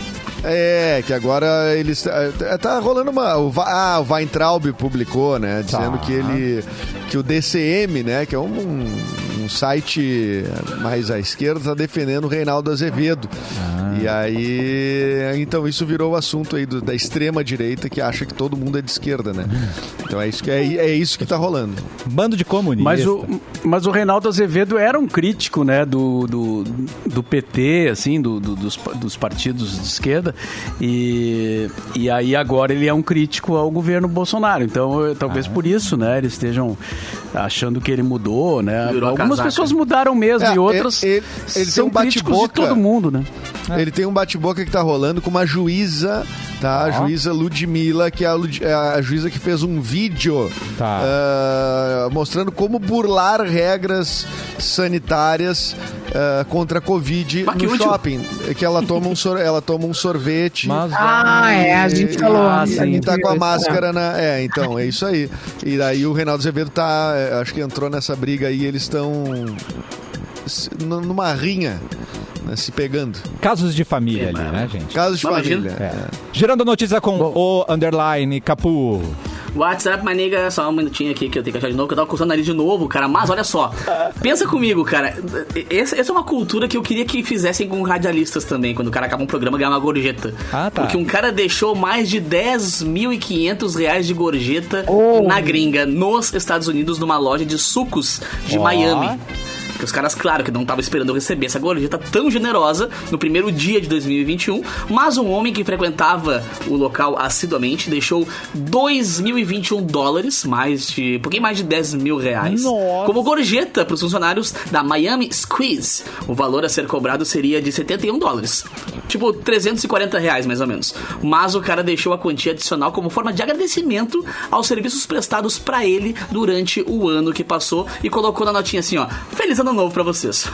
Speaker 2: É, que agora eles. é, Tá rolando uma. O, Va- ah, o Weintraub publicou, né? Dizendo
Speaker 1: Tá.
Speaker 2: que ele. Que o D C M, né? Que é um, um site mais à esquerda, tá defendendo o Reinaldo Azevedo. E aí. Então isso virou o assunto aí do- da extrema direita que acha que todo mundo é de esquerda, né? Então é isso que, é, é isso que tá rolando.
Speaker 1: Bando de comunistas.
Speaker 4: Mas o, mas o Reinaldo Azevedo era um crítico, né, do, do, do P T, assim, do, do- dos, dos partidos de esquerda, e, e aí agora ele é um crítico ao governo Bolsonaro. Então, eu- talvez por isso, né, eles estejam achando que ele mudou, né?
Speaker 3: Virou a
Speaker 4: Algumas
Speaker 3: casaca.
Speaker 4: pessoas mudaram mesmo
Speaker 2: É,
Speaker 4: e outras
Speaker 2: ele- ele- ele
Speaker 4: são
Speaker 2: tem um
Speaker 4: críticos de
Speaker 2: bate-boca.
Speaker 4: todo mundo, né?
Speaker 2: Ele tem um bate-boca que tá rolando com uma juíza, tá? A juíza Ludmilla, que é a, Lud- é a juíza que fez um vídeo
Speaker 1: Tá.
Speaker 2: ah, mostrando como burlar regras sanitárias ah, contra a Covid
Speaker 3: Ah, que
Speaker 2: no
Speaker 3: útil.
Speaker 2: shopping. É que ela toma um, sor- ela toma um sorvete.
Speaker 1: Mas,
Speaker 5: Ah, é, a gente falou.
Speaker 4: Ah,
Speaker 2: E,
Speaker 4: sim.
Speaker 2: e tá com a
Speaker 5: Isso,
Speaker 2: máscara na. É, então, é isso aí. E daí o Reinaldo Azevedo tá. é, Acho que entrou nessa briga aí, eles estão. s- n- numa rinha, né, se pegando.
Speaker 1: casos de família
Speaker 3: É,
Speaker 1: ali,
Speaker 3: mano.
Speaker 1: né, gente?
Speaker 2: Caso de
Speaker 3: Imagina.
Speaker 2: família.
Speaker 1: É. Girando a notícia com o underline Capu.
Speaker 3: WhatsApp, my nigga, só um minutinho aqui que eu tenho que achar de novo, que eu tava coçando o nariz de novo, cara. Mas olha só, pensa comigo, cara. Essa, essa é uma cultura que eu queria que fizessem com radialistas também, quando o cara acaba um programa ganhar uma gorjeta.
Speaker 1: Ah, tá.
Speaker 3: Porque um cara deixou mais de dez mil e quinhentos reais de gorjeta
Speaker 5: Oh.
Speaker 3: na gringa, nos Estados Unidos, numa loja de sucos de
Speaker 1: Ó.
Speaker 3: Miami. Que os caras, claro, que não estavam esperando eu receber essa gorjeta tão generosa no primeiro dia de dois mil e vinte e um, mas um homem que frequentava o local assiduamente deixou dois mil e vinte e um dólares, mais de, um pouquinho mais de dez mil reais,
Speaker 1: Nossa.
Speaker 3: como gorjeta para os funcionários da Miami Squeeze. O valor a ser cobrado seria de setenta e um dólares, tipo trezentos e quarenta reais mais ou menos. Mas o cara deixou a quantia adicional como forma de agradecimento aos serviços prestados para ele durante o ano que passou e colocou na notinha assim, ó: feliz ano novo pra vocês.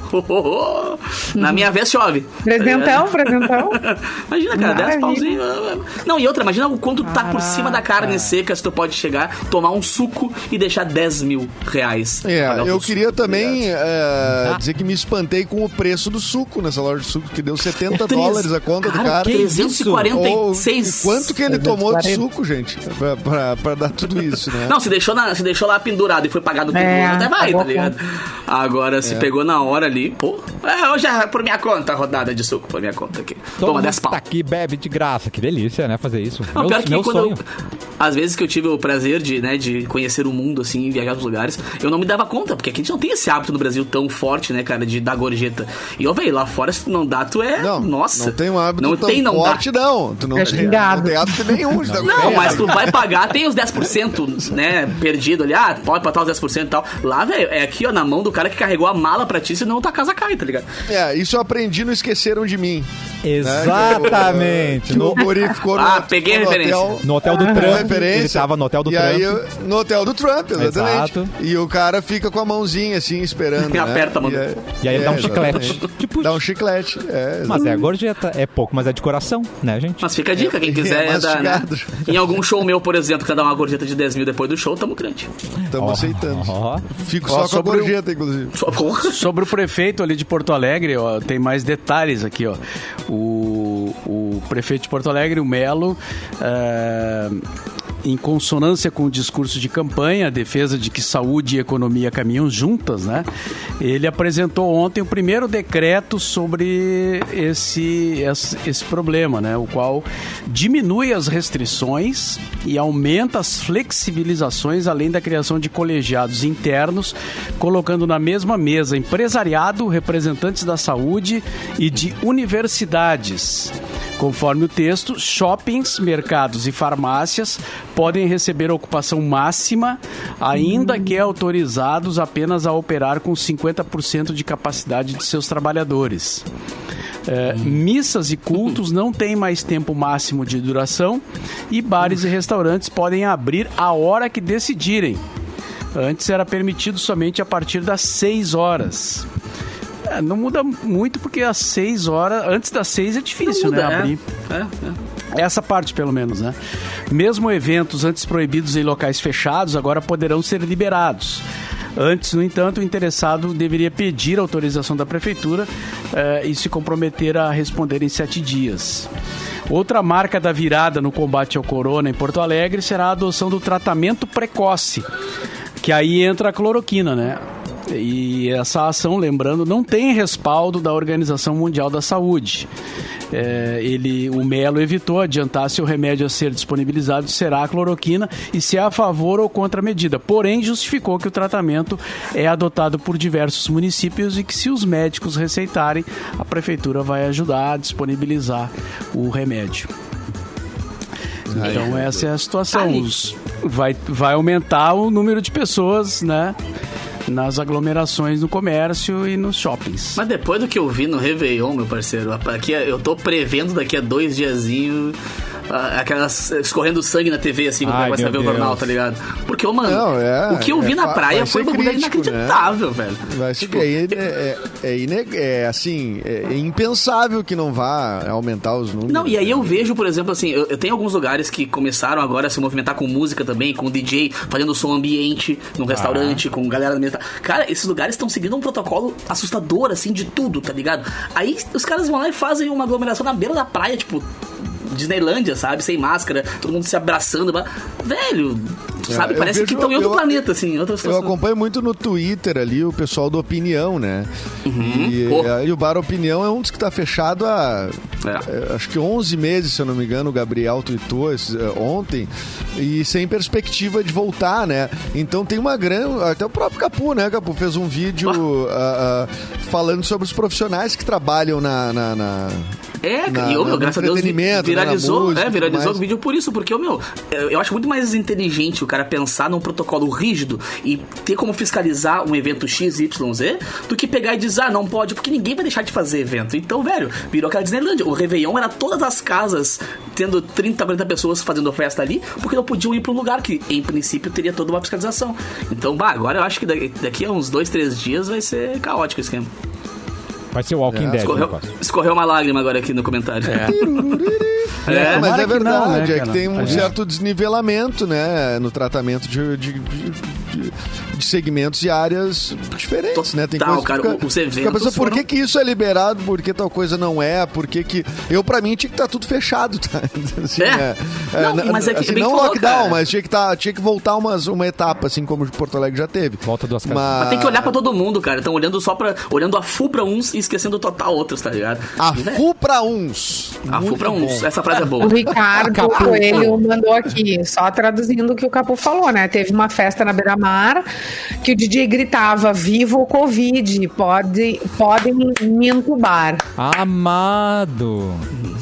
Speaker 3: Na minha vez chove.
Speaker 5: Presentão, presentão.
Speaker 3: Imagina, cara, dez
Speaker 5: Maravilha.
Speaker 3: pauzinhos. Não, e outra, imagina o quanto tá por cima da carne seca, se tu pode chegar, tomar um suco e deixar dez mil reais.
Speaker 2: É,
Speaker 3: Pagar o
Speaker 2: eu
Speaker 3: teu
Speaker 2: queria
Speaker 3: suco,
Speaker 2: também
Speaker 3: tá
Speaker 2: é, dizer que me espantei com o preço do suco nessa loja de suco, que deu setenta
Speaker 3: Três-
Speaker 2: dólares a conta do
Speaker 3: cara,
Speaker 2: cara.
Speaker 3: trezentos e quarenta e seis.
Speaker 2: Oh, quanto que ele tomou de
Speaker 5: trezentos e quarenta.
Speaker 2: suco, gente? Pra, pra, pra dar tudo isso, né?
Speaker 3: Não, se deixou, na, se deixou lá pendurado e foi pagado tudo,
Speaker 5: É,
Speaker 3: até vai,
Speaker 5: pagou
Speaker 3: tá ligado? Agora, se pegou na hora ali, pô, é, hoje é por minha conta a rodada de suco, por minha conta aqui.
Speaker 1: Todo
Speaker 3: Toma
Speaker 1: mundo
Speaker 3: dez pau.
Speaker 1: tá aqui, bebe de graça. Que delícia, né? Fazer isso.
Speaker 3: Não,
Speaker 1: meu
Speaker 3: pior que
Speaker 1: meu
Speaker 3: quando
Speaker 1: sonho.
Speaker 3: eu, às vezes que eu tive o prazer de, né, de conhecer o mundo, assim, viajar nos lugares, eu não me dava conta, porque aqui a gente não tem esse hábito no Brasil tão forte, né, cara, de dar gorjeta. E, ó, velho, lá fora, se tu não dá, tu é...
Speaker 2: Não,
Speaker 3: nossa.
Speaker 2: não tem um hábito
Speaker 3: não
Speaker 2: tão
Speaker 3: tem, não
Speaker 2: forte,
Speaker 3: dá.
Speaker 2: não. Tu não,
Speaker 5: É
Speaker 2: tem,
Speaker 5: xingado.
Speaker 2: não tem hábito nenhum. de dar
Speaker 3: Não,
Speaker 2: gorjeta.
Speaker 3: mas tu vai pagar, tem os dez por cento, né, perdido ali, ah, pode botar os dez por cento e tal. Lá, velho, é aqui, ó, na mão do cara que carregou a mala pra ti, senão tua casa cai, tá ligado?
Speaker 2: É, isso eu aprendi no Esqueceram de Mim.
Speaker 1: Exatamente.
Speaker 2: Que o
Speaker 1: No,
Speaker 2: guri ficou no,
Speaker 3: Ah, peguei a
Speaker 2: ficou no
Speaker 3: referência.
Speaker 2: hotel.
Speaker 1: no hotel do
Speaker 2: Uma
Speaker 1: Trump.
Speaker 2: referência.
Speaker 1: Ele tava no hotel do
Speaker 2: e
Speaker 1: Trump.
Speaker 2: Aí, eu- no hotel do Trump, exatamente.
Speaker 1: Exato.
Speaker 2: E o cara fica com a mãozinha assim, esperando.
Speaker 3: E
Speaker 2: né?
Speaker 3: aperta a mão.
Speaker 2: E, aí-
Speaker 1: E aí ele dá um
Speaker 2: exatamente.
Speaker 1: chiclete. Tipo,
Speaker 2: Dá um chiclete. É,
Speaker 1: mas é gorjeta. É pouco, mas é de coração, né, gente?
Speaker 3: Mas fica a dica, quem quiser
Speaker 2: É,
Speaker 3: dar, né?
Speaker 2: mastigado.
Speaker 3: Em algum show meu, por exemplo, que dar uma gorjeta de dez mil depois do show, tamo crente.
Speaker 2: Estamos
Speaker 1: Ó,
Speaker 2: aceitando.
Speaker 1: ó.
Speaker 2: Fico
Speaker 4: Ó,
Speaker 2: só com a
Speaker 4: sobre o-
Speaker 2: gorjeta, inclusive.
Speaker 3: Só- Porra.
Speaker 4: Sobre o prefeito ali de Porto Alegre, ó, tem mais detalhes aqui, ó. O, o prefeito de Porto Alegre, o Melo, é, em consonância com o discurso de campanha, a defesa de que saúde e economia caminham juntas, né? Ele apresentou ontem o primeiro decreto sobre esse, esse, esse problema, né? O qual diminui as restrições e aumenta as flexibilizações, além da criação de colegiados internos, colocando na mesma mesa empresariado, representantes da saúde e de universidades. Conforme o texto, shoppings, mercados e farmácias podem receber ocupação máxima, ainda que autorizados apenas a operar com cinquenta por cento de capacidade de seus trabalhadores. É, missas e cultos não têm mais tempo máximo de duração e bares e restaurantes podem abrir a hora que decidirem. Antes era permitido somente a partir das seis horas. É, não muda muito porque às seis horas, antes das seis é difícil,
Speaker 3: Não muda,
Speaker 4: né?
Speaker 3: é.
Speaker 4: Abrir.
Speaker 3: É, é.
Speaker 4: Essa parte, pelo menos, né? Mesmo eventos antes proibidos em locais fechados, agora poderão ser liberados. Antes, no entanto, o interessado deveria pedir autorização da prefeitura eh, e se comprometer a responder em sete dias. Outra marca da virada no combate ao corona em Porto Alegre será a adoção do tratamento precoce, que aí entra a cloroquina, né? E essa ação, lembrando, não tem respaldo da Organização Mundial da Saúde. É, ele, o Melo evitou adiantar se o remédio a ser disponibilizado será a cloroquina e se é a favor ou contra a medida. Porém, justificou que o tratamento é adotado por diversos municípios e que se os médicos receitarem, a prefeitura vai ajudar a disponibilizar o remédio. Então essa é a situação. Os- vai, vai aumentar o número de pessoas, né, nas aglomerações no comércio e nos shoppings.
Speaker 3: Mas depois do que eu vi no Réveillon, meu parceiro, aqui eu tô prevendo daqui a dois diazinhos ah, aquelas escorrendo sangue na T V, assim, quando
Speaker 1: Ai,
Speaker 3: vai
Speaker 1: meu
Speaker 3: ver o jornal,
Speaker 1: Deus.
Speaker 3: tá ligado? Porque, ô, mano,
Speaker 2: Não, é-
Speaker 3: o que eu vi
Speaker 2: é
Speaker 3: na
Speaker 2: fa-
Speaker 3: praia
Speaker 2: vai
Speaker 3: foi
Speaker 2: ser
Speaker 3: um bagulho
Speaker 2: crítico, né?
Speaker 3: inacreditável, velho.
Speaker 2: Vai ser
Speaker 3: Tipo,
Speaker 2: que é, é, é, ine- é, assim, é impensável que não vá aumentar os números.
Speaker 3: Não, e aí eu vejo, por exemplo, assim, eu, eu tenho alguns lugares que começaram agora a se movimentar com música também, com D J, fazendo som ambiente num restaurante, com galera da mesa. Cara, esses lugares estão seguindo um protocolo assustador, assim, de tudo, tá ligado? Aí os caras vão lá e fazem uma aglomeração na beira da praia, tipo, Disneylândia, sabe? Sem máscara, todo mundo se abraçando. Velho, tu sabe?
Speaker 2: eu
Speaker 3: Parece
Speaker 2: vejo-
Speaker 3: que estão em outro
Speaker 2: eu-
Speaker 3: planeta, assim. Outra
Speaker 2: Eu
Speaker 3: situação.
Speaker 2: acompanho muito no Twitter ali o pessoal do Opinião, né? E,
Speaker 3: Pô.
Speaker 2: eh, e o Bar Opinião é um dos que tá fechado há
Speaker 3: É.
Speaker 2: eh, acho que onze meses, se eu não me engano. O Gabriel tweetou esse, eh, ontem e sem perspectiva de voltar, né? Então tem uma grande... Até o próprio Capu, né? Capu fez um vídeo ah, ah, falando sobre os profissionais que trabalham na... na, na
Speaker 3: É,
Speaker 2: na-
Speaker 3: e, ô, meu,
Speaker 2: no
Speaker 3: graças a Deus, vi-
Speaker 2: entretenimento, né, na
Speaker 3: viralizou,
Speaker 2: música e
Speaker 3: é,
Speaker 2: tudo
Speaker 3: viralizou
Speaker 2: mais.
Speaker 3: o vídeo por isso, porque, ô, meu, eu acho muito mais inteligente o cara pensar num protocolo rígido e ter como fiscalizar um evento X Y Z do que pegar e dizer, ah, não pode, porque ninguém vai deixar de fazer evento. Então, velho, virou aquela Disneylândia. O Réveillon era todas as casas tendo trinta, quarenta pessoas fazendo festa ali, porque não podiam ir para um lugar que, em princípio, teria toda uma fiscalização. Então, bah, agora eu acho que daqui, daqui a uns dois, três dias vai ser caótico o esquema.
Speaker 1: Vai ser o Walking
Speaker 2: É,
Speaker 1: Dead. o
Speaker 3: Escorreu,
Speaker 1: negócio.
Speaker 3: escorreu uma lágrima agora aqui no comentário. É.
Speaker 2: É, mas
Speaker 4: tomara
Speaker 2: é
Speaker 4: que não,
Speaker 2: verdade,
Speaker 4: né,
Speaker 2: é que
Speaker 4: cara?
Speaker 2: tem
Speaker 4: A
Speaker 2: um
Speaker 4: gente-
Speaker 2: certo desnivelamento, né, no tratamento de, de, de- de- de segmentos e áreas diferentes, né? Tem
Speaker 3: Total,
Speaker 2: coisa que
Speaker 3: cara,
Speaker 2: fica,
Speaker 3: os
Speaker 2: fica
Speaker 3: eventos
Speaker 2: pensando, por
Speaker 3: foram-
Speaker 2: que que isso é liberado, por que tal coisa não é, por que que... Eu, pra mim, tinha que estar tudo fechado, tá? Assim,
Speaker 3: É? Não,
Speaker 2: na-
Speaker 3: mas é que-
Speaker 2: assim,
Speaker 3: bem
Speaker 2: não
Speaker 3: que falou,
Speaker 2: lockdown,
Speaker 3: cara.
Speaker 2: mas tinha que, tá, tinha que voltar umas, uma etapa, assim como Porto Alegre já teve.
Speaker 1: Volta duas casas.
Speaker 3: Mas tem que olhar pra todo mundo, cara. Estão olhando só pra. Olhando a full pra uns e esquecendo total outros, tá ligado?
Speaker 2: A
Speaker 3: E, velho,
Speaker 2: FU pra uns.
Speaker 3: a full
Speaker 2: Muito
Speaker 3: pra uns.
Speaker 2: bom.
Speaker 3: Essa frase é boa.
Speaker 5: O Ricardo Coelho mandou aqui, só traduzindo o que o Capu falou, né? Teve uma festa na Beira-Mar que o D J gritava, viva o Covid, pode, podem me entubar.
Speaker 1: Amado.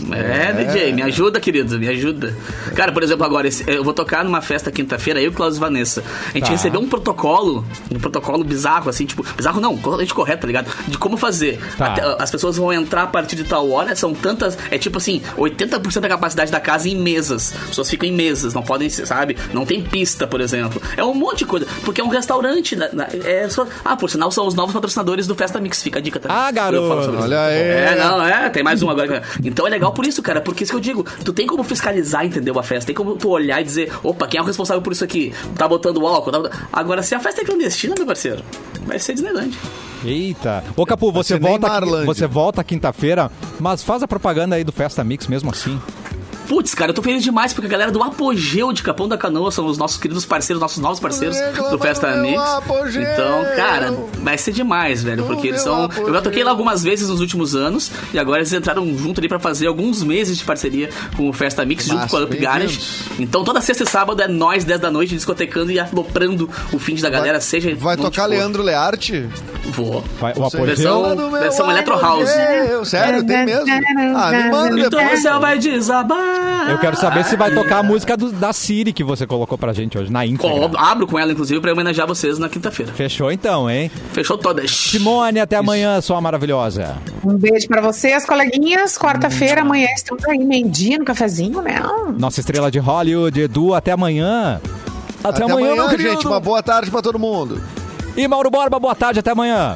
Speaker 3: É, D J, me ajuda, querido, me ajuda. Cara, por exemplo, agora, esse- eu vou tocar numa festa quinta-feira, eu e o Klaus e Vanessa. A gente
Speaker 1: Tá.
Speaker 3: recebeu um protocolo, um protocolo bizarro, assim, tipo, bizarro não, totalmente correto, tá ligado? De como fazer.
Speaker 1: Tá.
Speaker 3: Até- as pessoas vão entrar a partir de tal hora, são tantas, é tipo assim, oitenta por cento da capacidade da casa em mesas. As pessoas ficam em mesas, não podem, sabe? Não tem pista, por exemplo. É um monte de coisa, porque é um restaurante, né? É só, ah, por sinal, são os novos patrocinadores do Festa Mix, fica a dica também.
Speaker 1: Ah, garoto.
Speaker 3: Eu falo sobre isso.
Speaker 2: Olha aí.
Speaker 3: É, não, é, tem mais um agora. Então é legal por isso, cara, porque isso que eu digo, tu tem como fiscalizar, entendeu, a festa, tem como tu olhar e dizer, opa, quem é o responsável por isso aqui? Tá botando álcool? Tá botando... Agora, se a festa é clandestina, meu parceiro, vai ser Disneyland.
Speaker 1: Eita. Ô, Capu, você
Speaker 2: ser
Speaker 1: volta,
Speaker 2: Neymarlândia.
Speaker 1: você volta quinta-feira, mas faz a propaganda aí do Festa Mix mesmo assim.
Speaker 3: Putz, cara, eu tô feliz demais porque a galera do Apogeu de Capão da Canoa são os nossos queridos parceiros, nossos novos parceiros do Festa
Speaker 2: Reclama do meu
Speaker 3: Mix.
Speaker 2: Apogeu.
Speaker 3: Então, cara, vai ser demais, velho, porque eles
Speaker 2: meu
Speaker 3: são.
Speaker 2: Apogeu.
Speaker 3: Eu já toquei lá algumas vezes nos últimos anos e agora eles entraram junto ali pra fazer alguns meses de parceria com o Festa Mix junto
Speaker 2: Massa,
Speaker 3: com a Up Garage.
Speaker 2: bem-vindos.
Speaker 3: Então, toda sexta e sábado é nós, dez da noite, discotecando e aloprando o fim da galera, seja.
Speaker 2: Vai
Speaker 3: onde
Speaker 2: tocar
Speaker 3: for.
Speaker 2: Leandro Learte?
Speaker 3: Vou.
Speaker 1: Vai, o
Speaker 2: Você-
Speaker 1: Apogeu.
Speaker 3: Versão-
Speaker 2: Do meu
Speaker 3: versão Electro House.
Speaker 2: apogeu. Sério, tem mesmo? Ah, me manda
Speaker 3: Então o
Speaker 2: depois.
Speaker 3: céu vai desabar.
Speaker 1: Eu quero saber se vai tocar a música do- da Siri que você colocou pra gente hoje, na íntegra.
Speaker 3: Ó, abro com ela, inclusive, pra homenagear vocês na quinta-feira.
Speaker 1: Fechou então, hein?
Speaker 3: Fechou todas.
Speaker 1: Simone, até amanhã, sua maravilhosa.
Speaker 5: Um beijo pra vocês, coleguinhas. Quarta-feira, amanhã estamos aí, meio-dia no cafezinho, né?
Speaker 1: Nossa estrela de Hollywood, Edu, até amanhã. Até,
Speaker 2: Até
Speaker 1: amanhã, meu
Speaker 2: amanhã,
Speaker 1: querido.
Speaker 2: gente. Uma boa tarde pra todo mundo.
Speaker 1: E Mauro Borba, boa tarde, até amanhã.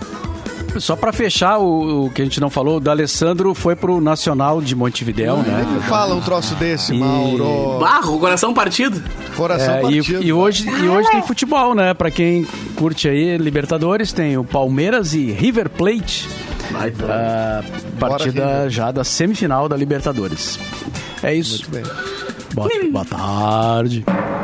Speaker 4: Só pra fechar o, o que a gente não falou, o D'Alessandro foi pro Nacional de Montevidéu, né?
Speaker 2: Me fala um troço desse,
Speaker 4: E-
Speaker 2: Mauro.
Speaker 3: Barro, coração partido.
Speaker 2: Coração
Speaker 4: É, e,
Speaker 2: partido.
Speaker 4: e hoje, e hoje tem futebol, né? Pra quem curte aí, Libertadores, tem o Palmeiras e River Plate.
Speaker 3: Vai, pô.
Speaker 4: A partida
Speaker 2: River.
Speaker 4: já da semifinal da Libertadores. É isso.
Speaker 2: Muito bem.
Speaker 4: Boa, boa tarde.